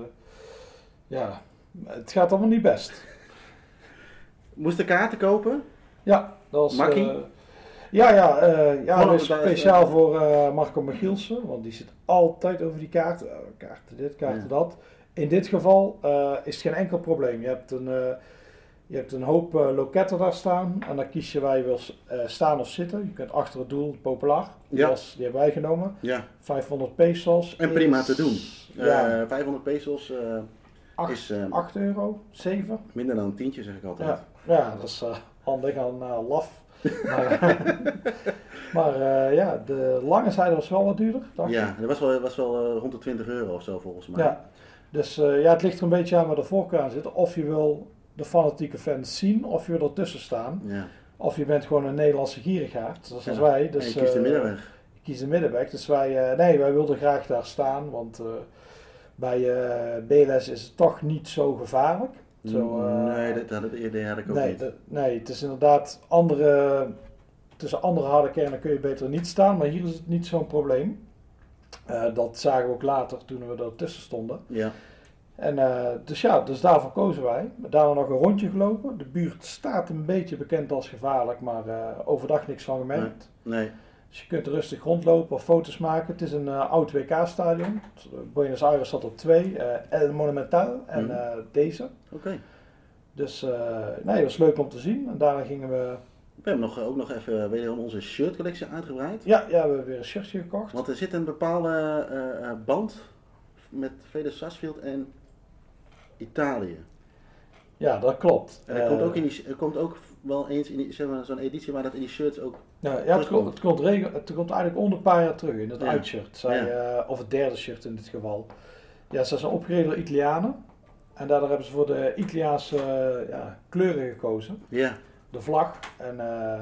ja, het gaat allemaal niet best. Moest de kaarten kopen? Ja, dat was... Makkie? Uh, ja, ja, uh, ja dat is speciaal is, uh, voor uh, Marco Michielsen, want die zit altijd over die kaarten. Uh, kaarten dit, kaarten ja. dat. In dit geval uh, is het geen enkel probleem. Je hebt een... Uh, Je hebt een hoop uh, loketten daar staan en dan kies je waar je wil uh, staan of zitten. Je kunt achter het doel, populair, die, Ja. was, die hebben wij genomen. Ja. vijfhonderd pesos. En prima is, te doen. Ja, Uh, vijfhonderd pesos uh, acht, is uh, acht euro, zeven. minder dan een tientje, zeg ik altijd. Ja, ja dat is uh, handig aan uh, laf. maar maar uh, ja, de lange zijde was wel wat duurder, dacht Ja, ik. dat was wel, was wel uh, rond de twintig euro of zo volgens mij. Ja, dus uh, ja, het ligt er een beetje aan waar de voorkeur aan zit. Of je wil de fanatieke fans zien, of je wil ertussen staan. Ja. Of je bent gewoon een Nederlandse gierigaard, zoals Ja. wij. Dus, en je kiest de uh, middenweg. Je kiest de middenweg. Dus wij, uh, nee, wij wilden graag daar staan, want uh, bij uh, B L S is het toch niet zo gevaarlijk. Zo, uh, nee, dat, dat idee had ik ook nee, niet. dat, nee, het is inderdaad andere, tussen andere harde kernen kun je beter niet staan, maar hier is het niet zo'n probleem. Uh, dat zagen we ook later toen we er tussen stonden. Ja. En uh, dus ja, dus daarvoor kozen wij. Daarna nog een rondje gelopen. De buurt staat een beetje bekend als gevaarlijk, maar uh, overdag niks van gemerkt. Nee. nee. Dus je kunt rustig rondlopen of foto's maken. Het is een uh, oud W K-stadion. Buenos Aires zat er twee, uh, El Monumental en Mm. uh, deze. Oké. Okay. Dus uh, nee, het was leuk om te zien. En daarna gingen we... We hebben nog, ook nog even wederom onze shirtcollectie uitgebreid. Ja, ja, we hebben weer een shirtje gekocht. Want er zit een bepaalde uh, band met Vélez Sarsfield en Italië. Ja, dat klopt. En er, uh, komt ook in die, er komt ook wel eens in die, zeg maar, zo'n editie waar dat in die shirts ook... Ja, ja het, komt, het, komt regel, het komt eigenlijk onder een paar jaar terug in het Ja. uitshirt. Zij, Ja. uh, of het derde shirt in dit geval. Ja, ze zijn opgereden door Italianen. En daardoor hebben ze voor de Italiaanse uh, ja, kleuren gekozen. Ja. De vlag en uh,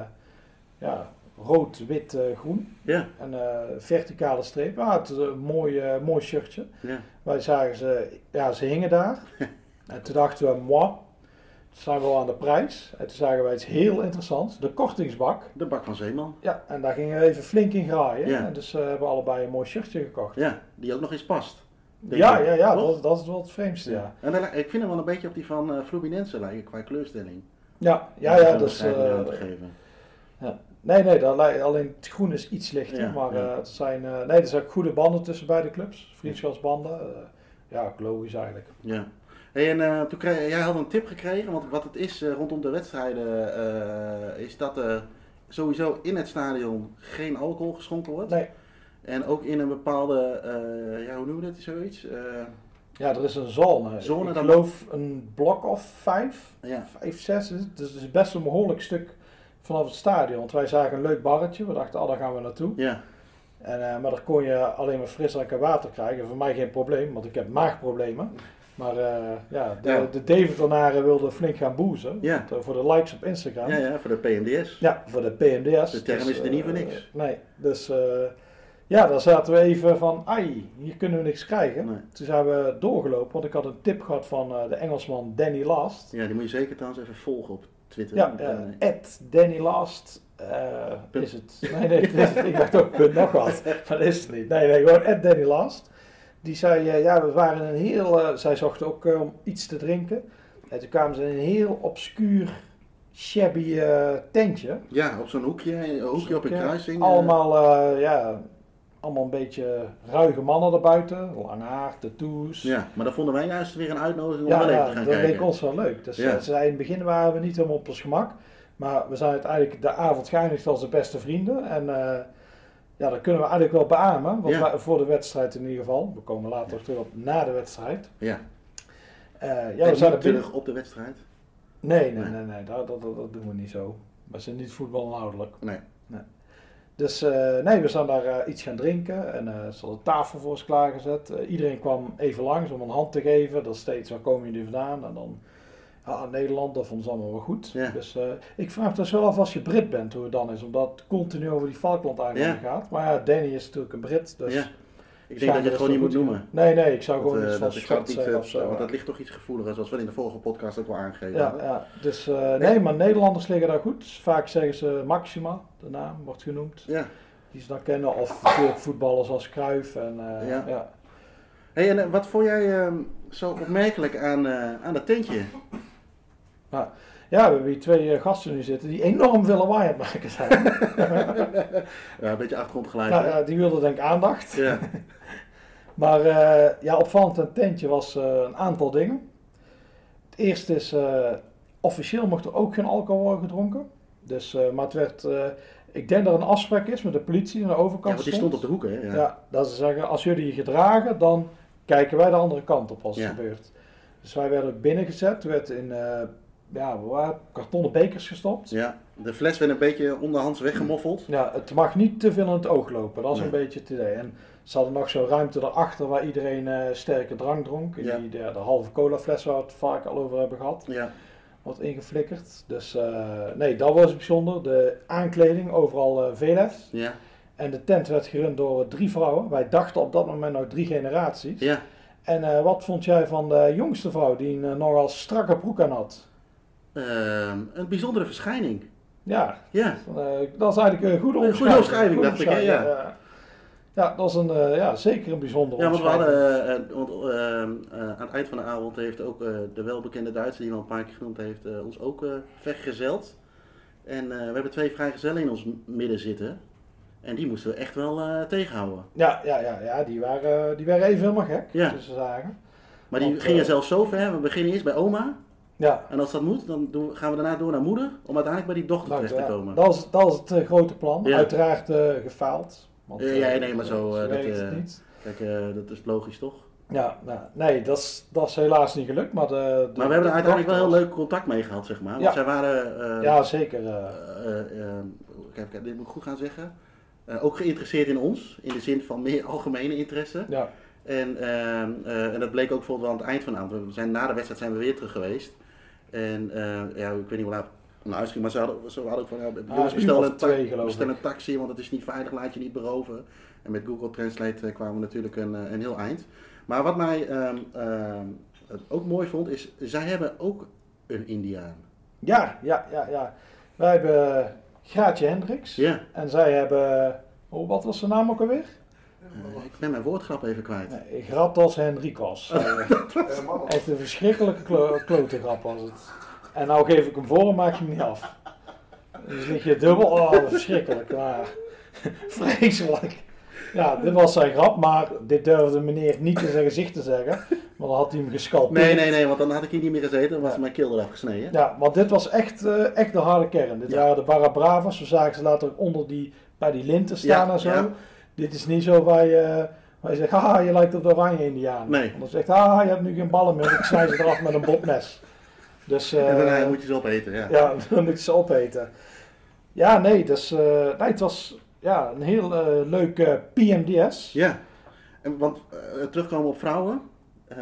ja, rood, wit, uh, groen. Ja. En uh, verticale streep. Ah, het is een mooi, uh, mooi shirtje. Ja. Wij zagen ze, ja, ze hingen daar. En toen dachten we, moi, zijn we wel aan de prijs. En toen zagen wij iets heel interessants, de kortingsbak. De bak van Zeeman. Ja, en daar gingen we even flink in graaien. Ja. En dus uh, hebben we allebei een mooi shirtje gekocht. Ja, die ook nog eens past. Denk Ja, ik. ja, ja, Toch? dat, dat is wel het vreemdste, ja. Ja. En dan, ik vind hem wel een beetje op die van uh, Fluminense lijken qua kleurstelling. Ja, ja, Om ja, zo'n dus... beschrijving Uh, aan te geven. ja. Nee, nee, dat lijkt, alleen het groen is iets lichter, Ja, maar ja. uh, het zijn, uh, nee, er zijn ook goede banden tussen beide clubs. Vriendschapsbanden. Uh, ja, logisch eigenlijk. Ja. Hey, en uh, toen kreeg, jij had een tip gekregen, want wat het is uh, rondom de wedstrijden, uh, is dat er sowieso in het stadion geen alcohol geschonken wordt. Nee, En ook in een bepaalde, uh, ja hoe noemen we dat zoiets? Uh, ja, er is een zone. Zone Ik dan- geloof een blok of vijf, ja, vijf, zes is het. Dus het is best een behoorlijk stuk vanaf het stadion. Want wij zagen een leuk barretje, we dachten, oh, daar gaan we naartoe. ja, En, uh, maar daar kon je alleen maar frisdrank en water krijgen. Voor mij geen probleem, want ik heb maagproblemen. Maar uh, ja, de, Ja. de Deventenaren wilden flink gaan boezen. Ja. Want, uh, voor de likes op Instagram. ja, ja, voor de P M D S. Ja, voor de P M D S. De term is er niet voor uh, niks. Nee, dus uh, ja, dan zaten we even van, ai, hier kunnen we niks krijgen. Nee. Toen zijn we doorgelopen, want ik had een tip gehad van uh, de Engelsman Danny Last. Ja, die moet je zeker trouwens even volgen op Twitter. Ja, Want, uh, uh, at Danny Last uh, Punt. is het. Nee, nee, het is het. Ik dacht ook, punt nog wat. Maar dat is het niet. Nee, nee, gewoon at Danny Last. Die zei, uh, ja, we waren in een heel, uh, zij zochten ook uh, om iets te drinken. En toen kwamen ze in een heel obscuur, shabby uh, tentje. ja, op zo'n hoekje, een hoekje op een Ja, kruising. uh, Allemaal, uh, ja, allemaal een beetje ruige mannen erbuiten. Lang haar, tattoos. Ja, maar dat vonden wij juist weer een uitnodiging om Ja, wel even ja, te gaan dat kijken. leek ons wel leuk. Dus Ja. uh, ze zei, in het begin waren we niet helemaal op ons gemak. Maar we zijn uiteindelijk de avond geëindigd als de beste vrienden. En uh, ja, dat kunnen we eigenlijk wel beamen. Want Ja. wij- voor de wedstrijd in ieder geval. We komen later terug op na de wedstrijd. Ja, Uh, ja, en we zijn niet er binnen... terug op de wedstrijd. Nee, nee, Nee. nee, nee dat, dat, dat, dat doen we niet zo. We zijn niet voetbalinhoudelijk. Nee. Dus uh, nee, we zijn daar uh, iets gaan drinken en uh, er stond een tafel voor ons klaargezet. Uh, iedereen kwam even langs om een hand te geven. Dat is steeds, waar komen jullie vandaan? En dan, ja, Nederland, dat vonden ze allemaal wel goed. Ja. Dus uh, ik vraag me dus wel af als je Brit bent, hoe het dan is. Omdat het continu over die Falkland-eilanden Ja. gaat. Maar ja, Danny is natuurlijk een Brit, dus... Ja. Ik denk dat je het gewoon niet moet noemen. Nee, nee, ik zou Dat, gewoon uh, iets van dat ik zou schat het niet, zeggen uh, of zo. want dat ligt toch iets gevoeliger, zoals we in de vorige podcast ook wel aangegeven Ja, hadden. ja, dus uh, nee, maar Nederlanders liggen daar goed. Vaak zeggen ze Maxima, de naam wordt genoemd. Ja. Die ze dan kennen. Of natuurlijk voetballers als Cruijff. En, uh, Ja. ja. Hey, en uh, wat vond jij uh, zo opmerkelijk aan, uh, aan dat tentje? Ja, we hebben hier twee uh, gasten nu zitten die enorm veel lawaai aan het maken zijn. Ja, een beetje achtergrondgeluid. Nou, hè? ja, die wilden denk ik aandacht. Ja. Maar uh, ja, opvallend aan het tentje was uh, een aantal dingen. Het eerste is uh, officieel mocht er ook geen alcohol worden gedronken. Dus, uh, maar het werd, uh, ik denk dat er een afspraak is met de politie aan de overkant. Ja, want die stond op de hoek, hè? Ja, ja dat ze zeggen, als jullie je gedragen, dan kijken wij de andere kant op als het ja. gebeurt. Dus wij werden ook binnengezet, werd in uh, ja, kartonnen bekers gestopt. Ja, de fles werd een beetje onderhands weggemoffeld. Ja, het mag niet te veel in het oog lopen, dat is nee. een beetje het idee. En ze hadden nog zo'n ruimte erachter waar iedereen uh, sterke drank dronk. Ja. Die, de, de halve cola fles waar we het vaak al over hebben gehad. Ja. Wat ingeflikkerd. Dus uh, nee, dat was bijzonder. De aankleding, overal uh, V L F. Ja. En de tent werd gerund door drie vrouwen. Wij dachten op dat moment nog drie generaties. Ja. En uh, wat vond jij van de jongste vrouw die een uh, nogal strakke broek aan had? Uh, een bijzondere verschijning. Ja. Ja. Uh, dat is eigenlijk een goede omschrijving. Goede omschrijving, dacht ik. Ja, ja. Uh, ja, dat is een, uh, ja, zeker een bijzondere ja, want we hadden, uh, want, uh, uh, aan het eind van de avond heeft ook uh, de welbekende Duitser, die we al een paar keer genoemd heeft, uh, ons ook uh, vergezeld. En uh, we hebben twee vrijgezellen in ons midden zitten. En die moesten we echt wel uh, tegenhouden. Ja, ja, ja, ja die, waren, die waren even helemaal gek, ja. tussen zagen. Maar die want, gingen uh, zelfs zo ver, we beginnen eerst bij oma. Ja. En als dat moet, dan doen, gaan we daarna door naar moeder, om uiteindelijk bij die dochter nou, terecht te ja, komen. Dat is, dat is het uh, grote plan. Ja. Uiteraard uh, gefaald. Want, uh, ja, nee, maar zo, zo uh, dat, werkt uh, het niet. Kijk, uh, dat is logisch toch? Ja, nou, nee, dat is, dat is helaas niet gelukt. Maar, de, de, maar we hebben er uiteindelijk wel heel was... leuk contact mee gehad, zeg maar. Want ja. zij waren... Uh, ja, zeker. Uh, uh, uh, uh, kijk, kijk, dit moet ik goed gaan zeggen. Uh, ook geïnteresseerd in ons, in de zin van meer algemene interesse. Ja. En, uh, uh, en dat bleek ook bijvoorbeeld wel aan het eind van de avond. We zijn, na de wedstrijd zijn we weer terug geweest. En uh, ja, ik weet niet hoe laat het naar huis ging, maar ze hadden, ze hadden ook van, ja, jongens, ah, bestel, een, twee, ta- bestel een taxi, want het is niet veilig, laat je niet beroven. En met Google Translate uh, kwamen we natuurlijk een, een heel eind. Maar wat mij um, um, ook mooi vond, is, zij hebben ook een Indiaan. Ja, ja, ja, ja. Wij hebben Graatje Hendricks. Ja. En zij hebben, oh, wat was zijn naam ook alweer? Uh, ik ben mijn woordgrap even kwijt. Nee, Gratos Henricos. Echt een verschrikkelijke klo- klote grap was het. En nou geef ik hem voor en maak je hem niet af. Dus lig je dubbel, oh verschrikkelijk. Maar, vreselijk. Ja, dit was zijn grap, maar dit durfde meneer niet in zijn gezicht te zeggen. Want dan had hij hem gescalpeerd. Nee, nee, nee, want dan had ik hier niet meer gezeten, dan was ja. mijn keel eraf gesneden. Ja, want dit was echt, uh, echt de harde kern. Dit ja. waren de Barra Bravas, we zagen ze later ook onder die, bij die linten staan ja, en zo. Ja. Dit is niet zo waar je, waar je zegt, haha, je lijkt op de oranje indiaan. Nee. Want dan zegt, haha, je hebt nu geen ballen meer, ik snij ze eraf met een botmes. Dus, uh, en daarna moet je ze opeten, ja. Ja, dan moet je ze opeten. Ja, nee, dus, uh, nee, het was ja, een heel uh, leuk uh, P M D S. Ja, en, want uh, terugkomen op vrouwen. Uh,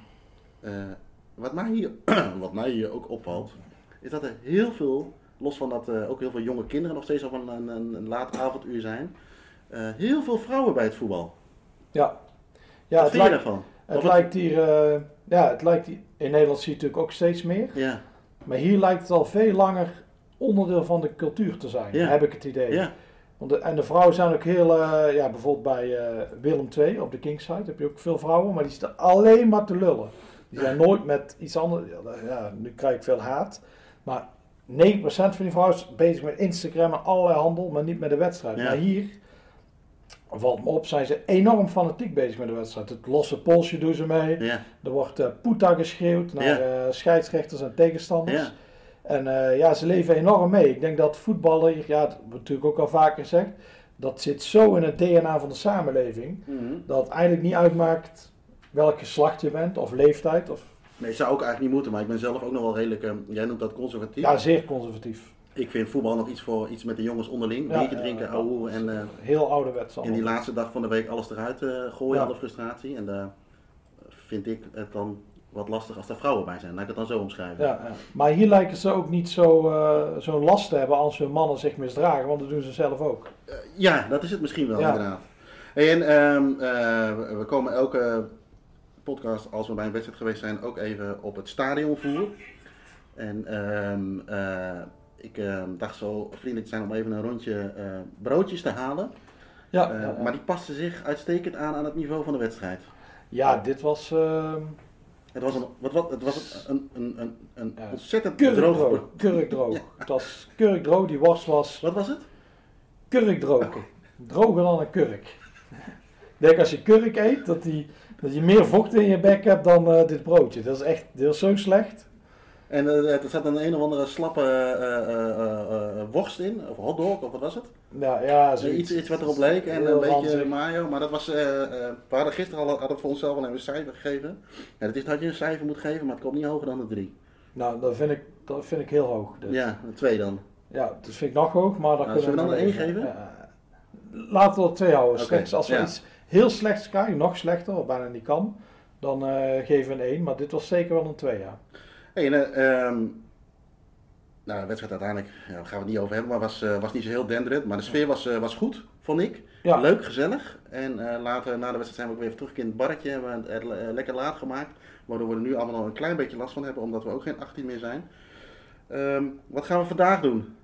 uh, wat, mij hier, wat mij hier ook opvalt, is dat er heel veel, los van dat uh, ook heel veel jonge kinderen nog steeds op een, een, een laat avonduur zijn, uh, heel veel vrouwen bij het voetbal. Ja. ja wat vind je daarvan? Het of lijkt hier, uh, ja, het lijkt hier, in Nederland zie je natuurlijk ook steeds meer. Ja. Maar hier lijkt het al veel langer onderdeel van de cultuur te zijn, ja. heb ik het idee. Ja. Want de, en de vrouwen zijn ook heel, uh, ja, bijvoorbeeld bij uh, Willem twee op de Kingside heb je ook veel vrouwen, maar die staan alleen maar te lullen. Die zijn nooit met iets anders, ja, ja nu krijg ik veel haat, maar negentig procent van die vrouwen is bezig met Instagram en allerlei handel, maar niet met de wedstrijd. Ja. Maar hier, valt me op, zijn ze enorm fanatiek bezig met de wedstrijd. Het losse polsje doen ze mee, ja. er wordt uh, poeta geschreeuwd naar ja. uh, scheidsrechters en tegenstanders. Ja. En uh, ja, ze leven enorm mee. Ik denk dat voetballen, ja, dat wordt natuurlijk ook al vaker gezegd, dat zit zo in het D N A van de samenleving, mm-hmm. dat het eigenlijk niet uitmaakt welk geslacht je bent, of leeftijd. Of... Nee, zou ook eigenlijk niet moeten, maar ik ben zelf ook nog wel redelijk, uh, jij noemt dat conservatief. Ja, zeer conservatief. Ik vind voetbal nog iets voor iets met de jongens onderling, ja, biertje drinken, ja, ouwe en uh, heel ouderwets al. En die laatste dag van de week alles eruit uh, gooien, ja. alle frustratie. En daar uh, vind ik het dan wat lastig als er vrouwen bij zijn. Laat ik het dan zo omschrijven. Ja, ja. Maar hier lijken ze ook niet zo, uh, zo'n last te hebben als hun mannen zich misdragen, want dat doen ze zelf ook. Uh, ja, dat is het misschien wel, ja. inderdaad. En um, uh, we komen elke podcast, als we bij een wedstrijd geweest zijn, ook even op het stadionvoer. En um, uh, ik uh, dacht zo vriendelijk te zijn om even een rondje uh, broodjes te halen. Ja, uh, ja, ja. Maar die paste zich uitstekend aan aan het niveau van de wedstrijd. Ja, dit was... Uh... Het was een, wat, wat, het was een, een, een, een ja, ontzettend kurkdroog. droog... Kurkdroog. Ja. Het was kurkdroog, die worst was... Wat was het? Kurkdroog. Okay. Droger dan een kurk. Ik denk als je kurk eet, dat, die, dat je meer vocht in je bek hebt dan uh, dit broodje. Dat is echt dat is zo slecht. En uh, er zat een een of andere slappe uh, uh, uh, worst in, of hotdog, of wat was het? Ja, ja uh, iets, iets wat erop leek en een beetje ranzig. Mayo. Maar dat was, uh, uh, we hadden gisteren al hadden voor onszelf al een cijfer gegeven. Ja, dat is dat je een cijfer moet geven, maar het komt niet hoger dan de drie. Nou, dat vind ik, dat vind ik heel hoog. Dus. Ja, een twee dan. Ja, dat vind ik nog hoog, maar dan nou, kunnen we we dan een één geven? Uh, laten we er twee houden. Okay. Als we ja. iets heel slechts krijgen, nog slechter, wat bijna niet kan, dan uh, geven we een één. Maar dit was zeker wel een twee, ja. Hey, en, uh, um, nou, de wedstrijd uiteindelijk, ja, daar gaan we het niet over hebben, maar was, uh, was niet zo heel denderend. Maar de sfeer was, uh, was goed, vond ik. Ja. Leuk, gezellig. En uh, later, na de wedstrijd zijn we ook weer even terug in het barretje, hebben we het uh, lekker laat gemaakt. Waardoor we er nu allemaal nog een klein beetje last van hebben, omdat we ook geen achttien meer zijn. Um, wat gaan we vandaag doen?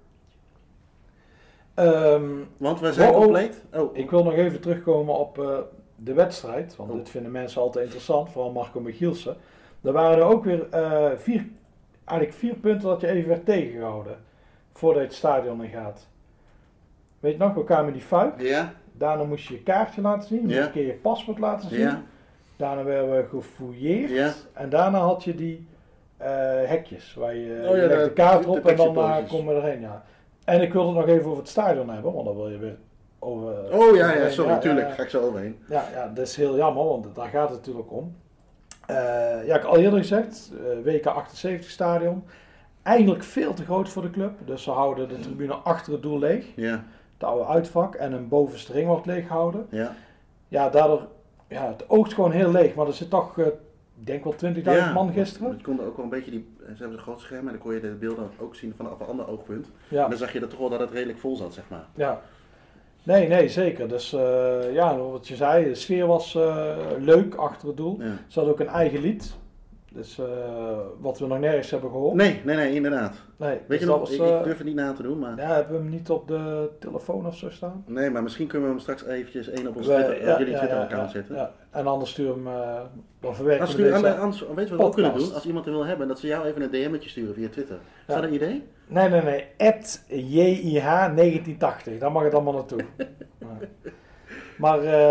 Um, want we zijn oh, compleet. Oh. Ik wil nog even terugkomen op uh, de wedstrijd, want oh. dit vinden mensen altijd interessant, vooral Marco Michielsen. Er waren er ook weer uh, vier, eigenlijk vier punten dat je even werd tegengehouden voordat je het stadion in gaat. Weet je nog, we kwamen in die fuik. Ja. Daarna moest je je kaartje laten zien, moest ja. een keer je paspoort laten zien. Ja. Daarna werden we gefouilleerd ja. en daarna had je die uh, hekjes waar je, oh, ja, je legt de kaart op en dan uh, komen we erheen. Ja. En ik wilde het nog even over het stadion hebben, want dan wil je weer over... Oh ja, ja sorry, natuurlijk, ja, uh, ga ik zo overheen. Ja, ja, dat is heel jammer, want daar gaat het natuurlijk om. Uh, ja, ik had al eerder gezegd, uh, W K achtenzeventig stadion, eigenlijk veel te groot voor de club. Dus ze houden de tribune achter het doel leeg, ja. het oude uitvak en een bovenste ring wordt leeg gehouden. Ja, ja daardoor, ja, het oogt gewoon heel leeg, maar er zit toch, uh, ik denk wel twintigduizend ja, man gisteren. Je kon ook wel een beetje, die, ze hebben een groot scherm en dan kon je de beelden ook zien vanaf een ander oogpunt. Ja. En dan zag je dat toch wel dat het redelijk vol zat, zeg maar. Ja. Nee, nee, zeker. Dus uh, ja, wat je zei, de sfeer was uh, leuk achter het doel. Ja. Ze hadden ook een eigen lied. Dus uh, wat we nog nergens hebben gehoord. Nee, nee, nee, inderdaad. Nee, Weet dus je nog, was, ik, uh, ik durf het niet na te doen, maar... Ja, hebben we hem niet op de telefoon of zo staan? Nee, maar misschien kunnen we hem straks eventjes één op ons Twitter, ja, jullie ja, Twitter-account ja, zetten. Ja. En anders stuur hem, uh, dan verwerken we deze anders, anders, weet je wat we ook kunnen doen? Als iemand er wil hebben, dat ze jou even een D M'tje sturen via Twitter. Is ja. dat een idee? Nee, nee, nee. at J I H negentien tachtig. Daar mag het allemaal naartoe. Ja. Maar uh,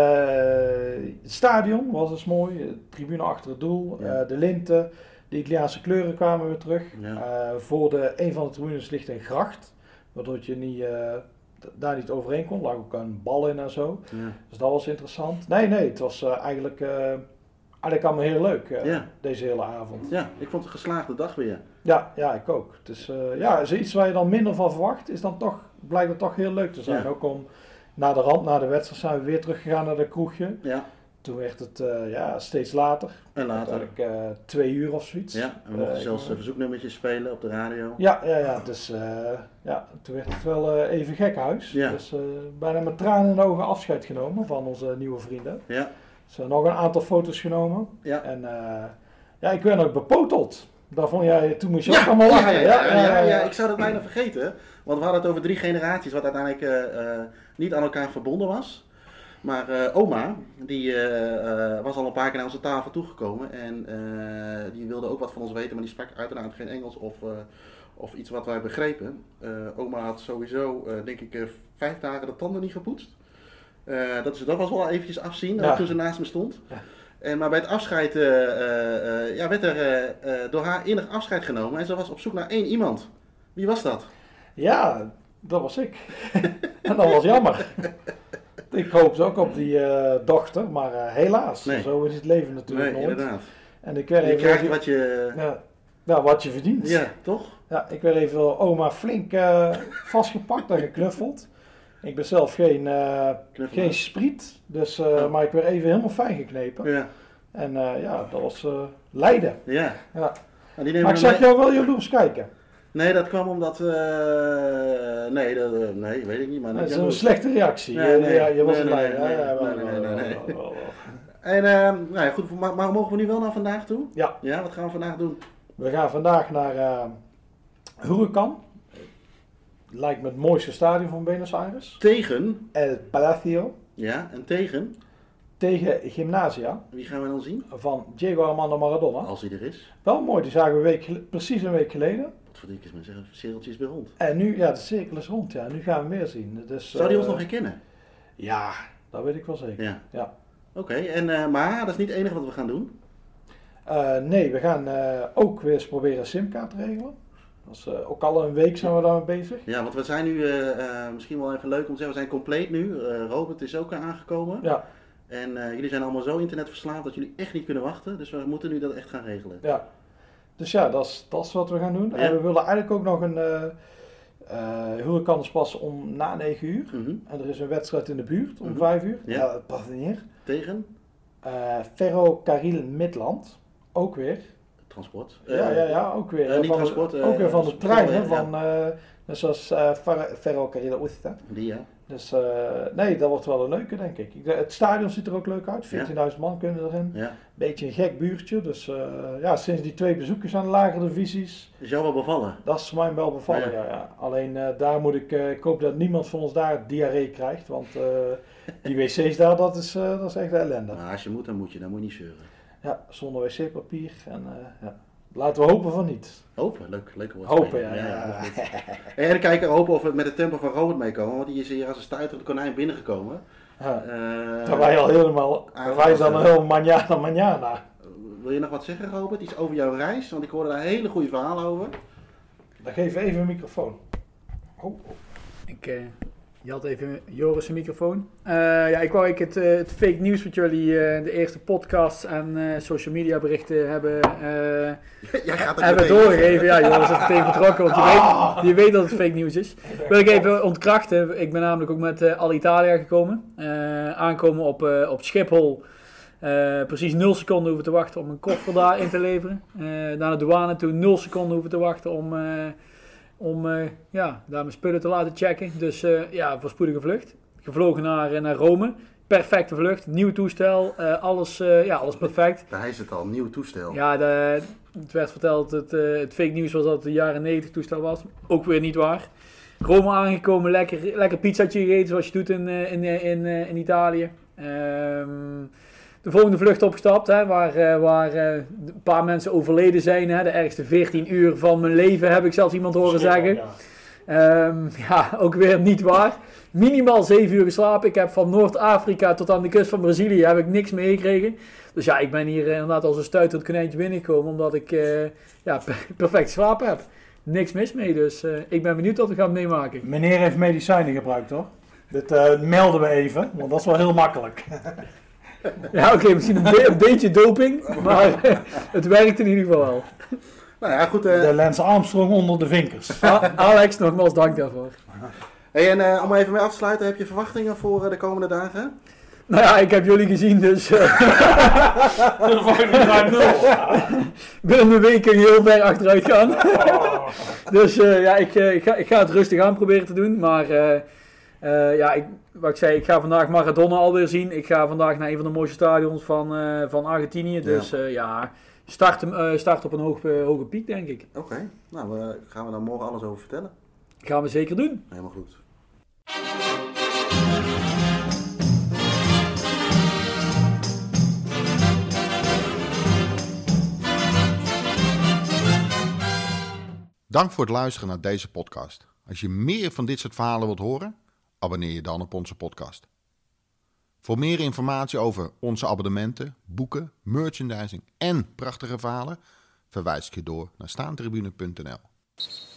het stadion was dus mooi, de tribune achter het doel, ja. uh, de linten, de Italiaanse kleuren kwamen weer terug. Ja. Uh, voor de, een van de tribunes ligt een gracht, waardoor je niet, uh, daar niet overheen kon. Er lag ook een bal in en zo, ja. Dus dat was interessant. Nee, nee, het was uh, eigenlijk, uh, eigenlijk allemaal heel leuk, uh, ja. deze hele avond. Ja, ik vond het een geslaagde dag weer. Ja, ja, ik ook. Dus uh, ja, iets waar je dan minder van verwacht, is dan toch, blijkt het toch heel leuk te zijn. Ja. Ook om... Na de rand, na de wedstrijd zijn we weer teruggegaan naar dat kroegje. Ja. Toen werd het uh, ja, steeds later. En later. Eigenlijk uh, twee uur of zoiets. Ja, en we mochten uh, zelfs uh, verzoeknummertjes spelen op de radio. Ja, ja, ja. Dus uh, ja, toen werd het wel uh, even gek huis. Ja. Dus uh, bijna met tranen in de ogen afscheid genomen van onze nieuwe vrienden. Ja. Dus uh, nog een aantal foto's genomen. Ja. En uh, ja, ik werd nog bepoteld. Daar vond jij, toen moest je ja, ook allemaal lachen. Ja, ja, ja, ja, ja, ja, ja, ik zou dat bijna vergeten. Want we hadden het over drie generaties, wat uiteindelijk uh, uh, niet aan elkaar verbonden was. Maar uh, oma, die uh, uh, was al een paar keer naar onze tafel toegekomen. En uh, die wilde ook wat van ons weten, maar die sprak uiteraard geen Engels of, uh, of iets wat wij begrepen. Uh, oma had sowieso, uh, denk ik, uh, vijf dagen de tanden niet gepoetst. Uh, dat, is, dat was wel eventjes afzien, ja. Toen ze naast me stond. Ja. En, maar bij het afscheid uh, uh, uh, ja, werd er uh, uh, door haar innig afscheid genomen. En ze was op zoek naar één iemand. Wie was dat? Ja, dat was ik. En dat was jammer. Ik hoopte ook op die uh, dochter, maar uh, helaas. Nee. Zo is het leven natuurlijk nee, nooit. Inderdaad. En ik werd je even krijgt wat je... Ja, nou, wat je verdient. Ja, toch? Ja, ik werd even oma flink uh, vastgepakt en geknuffeld. Ik ben zelf geen, uh, geen spriet, dus, uh, oh. maar ik werd even helemaal fijn geknepen. Ja. En uh, ja, dat was uh, lijden. Ja. Ja. Maar, die maar ik zag jou wel jaloers kijken. Nee, dat kwam omdat... Uh, nee, dat, uh, nee, weet ik niet. Maar dat is een slechte reactie. Nee, nee, ja, je was nee, een lijden. Nee, nee, nee, nee, nee, nee. En uh, nou ja, goed, maar, maar mogen we nu wel naar vandaag toe? Ja. Ja, wat gaan we vandaag doen? We gaan vandaag naar uh, Huracan. Lijkt me het mooiste stadion van Buenos Aires. Tegen? El Palacio. Ja, en tegen? Tegen Gimnasia. Wie gaan we dan zien? Van Diego Armando Maradona. Als hij er is. Wel mooi, die zagen we een week, precies een week geleden. Wat verdiek is, maar zeggen, het cirkeltje is weer rond. En nu, ja, de cirkel is rond, ja. Nu gaan we meer zien. Dus, zou die uh, ons nog herkennen? Ja, dat weet ik wel zeker. Ja. Ja. Oké, okay, en uh, maar dat is niet het enige wat we gaan doen. Uh, nee, we gaan uh, ook weer eens proberen een simkaart te regelen. Dus, uh, ook al een week zijn we daarmee bezig. Ja, want we zijn nu, uh, uh, misschien wel even leuk om te zeggen, we zijn compleet nu. Uh, Robert is ook aangekomen. Ja. En uh, jullie zijn allemaal zo internetverslaafd dat jullie echt niet kunnen wachten. Dus we moeten nu dat echt gaan regelen. Ja. Dus ja, dat is, dat is wat we gaan doen. Ja. En we willen eigenlijk ook nog een uh, uh, huwelijk kan ons passen om na negen uur. Mm-hmm. En er is een wedstrijd in de buurt om mm-hmm. vijf uur. Ja, ja dat past niet hier. Tegen? Uh, Ferro Carril Midland. Ook weer. Transport. Uh, ja, ja, ja, ook weer. Uh, niet van transport. De, Uh, ook weer van de treinen. ja. Van, uh, net zoals uh, Ferro Carril Usta. Die ja. Dus uh, nee, dat wordt wel een leuke, denk ik. Het stadion ziet er ook leuk uit. veertienduizend man kunnen erin. Ja. Beetje een gek buurtje. Dus uh, ja, sinds die twee bezoekers aan de lagere divisies. Is jou wel bevallen? Dat is mij wel bevallen, ja. ja, ja. Alleen uh, daar moet ik, uh, ik hoop dat niemand van ons daar diarree krijgt. Want uh, die wc's daar, dat is, uh, dat is echt ellende. Nou, als je moet, dan moet je. Dan moet je niet zeuren. Ja, zonder wc-papier. En uh, ja. Laten we hopen van niet. Hopen, leuk, leuk woord. Hopen, ja. ja, ja, ja. En dan kijken, hopen of we met de tempo van Robert meekomen, want die is hier als een stuiterend konijn binnengekomen. Ja. Uh, Daar wij al helemaal, wij zijn dan heel manjana manjana. Wil je nog wat zeggen, Robert? Iets over jouw reis, want ik hoorde daar hele goede verhalen over. Dan geef even een microfoon. Oh. Ik, uh, je had even Joris een microfoon. Uh, ja, ik wou ik het, uh, het fake nieuws wat jullie uh, de eerste podcasts en uh, social media berichten hebben, uh, Jij gaat hebben doorgegeven. Ja, Joris is meteen vertrokken, want je weet, je weet dat het fake nieuws is. Wil ik even ontkrachten. Ik ben namelijk ook met uh, Alitalia gekomen. Uh, aankomen op, uh, op Schiphol. Uh, precies nul seconden hoeven te wachten om een koffer daar in te leveren. Uh, naar de douane toe nul seconden hoeven te wachten om... Uh, Om uh, ja, daar mijn spullen te laten checken. Dus uh, ja, voorspoedige vlucht. Gevlogen naar, naar Rome. Perfecte vlucht. Nieuw toestel. Uh, alles, uh, ja, alles perfect. Daar is het al. Nieuw toestel. Ja, de, het werd verteld. Het, uh, het fake nieuws was dat het een jaren negentig toestel was. Ook weer niet waar. Rome aangekomen. Lekker, lekker pizzaatje gegeten zoals je doet in, uh, in, in, in, uh, in Italië. Um, de volgende vlucht opgestapt, hè, waar, uh, waar uh, een paar mensen overleden zijn. Hè, de ergste veertien uur van mijn leven, heb ik zelfs iemand horen zeggen. Ja. Um, ja, ook weer niet waar. Minimaal zeven uur geslapen. Ik heb van Noord-Afrika tot aan de kust van Brazilië heb ik niks meegekregen. Dus ja, ik ben hier uh, inderdaad als een stuiterend konijntje binnengekomen, omdat ik uh, ja, perfect geslapen heb. Niks mis mee, dus uh, ik ben benieuwd wat we gaan meemaken. Meneer heeft medicijnen gebruikt, hoor. Dit uh, melden we even, want dat is wel heel makkelijk. Ja, oké, okay, misschien een, be- een beetje doping, maar het werkt in ieder geval wel. Nou ja, goed. Uh... De Lance Armstrong onder de vinkers. A- Alex, nogmaals dank daarvoor. Hey, en uh, om even mee af te sluiten, heb je verwachtingen voor uh, de komende dagen? Nou ja, ik heb jullie gezien, dus... Uh... Binnen een week kun je heel ver achteruit gaan. Dus uh, ja, ik, uh, ik, ga, ik ga het rustig aan proberen te doen, maar... Uh, Uh, ja, ik, wat ik zei, ik ga vandaag Maradona alweer zien. Ik ga vandaag naar een van de mooiste stadions van, uh, van Argentinië. Dus ja, uh, ja start, uh, start op een hoog, uh, hoge piek, denk ik. Oké, okay. Nou, uh, gaan we daar morgen alles over vertellen? Gaan we zeker doen. Helemaal goed. Dank voor het luisteren naar deze podcast. Als je meer van dit soort verhalen wilt horen, abonneer je dan op onze podcast. Voor meer informatie over onze abonnementen, boeken, merchandising en prachtige verhalen, verwijs ik je door naar staantribune punt n l.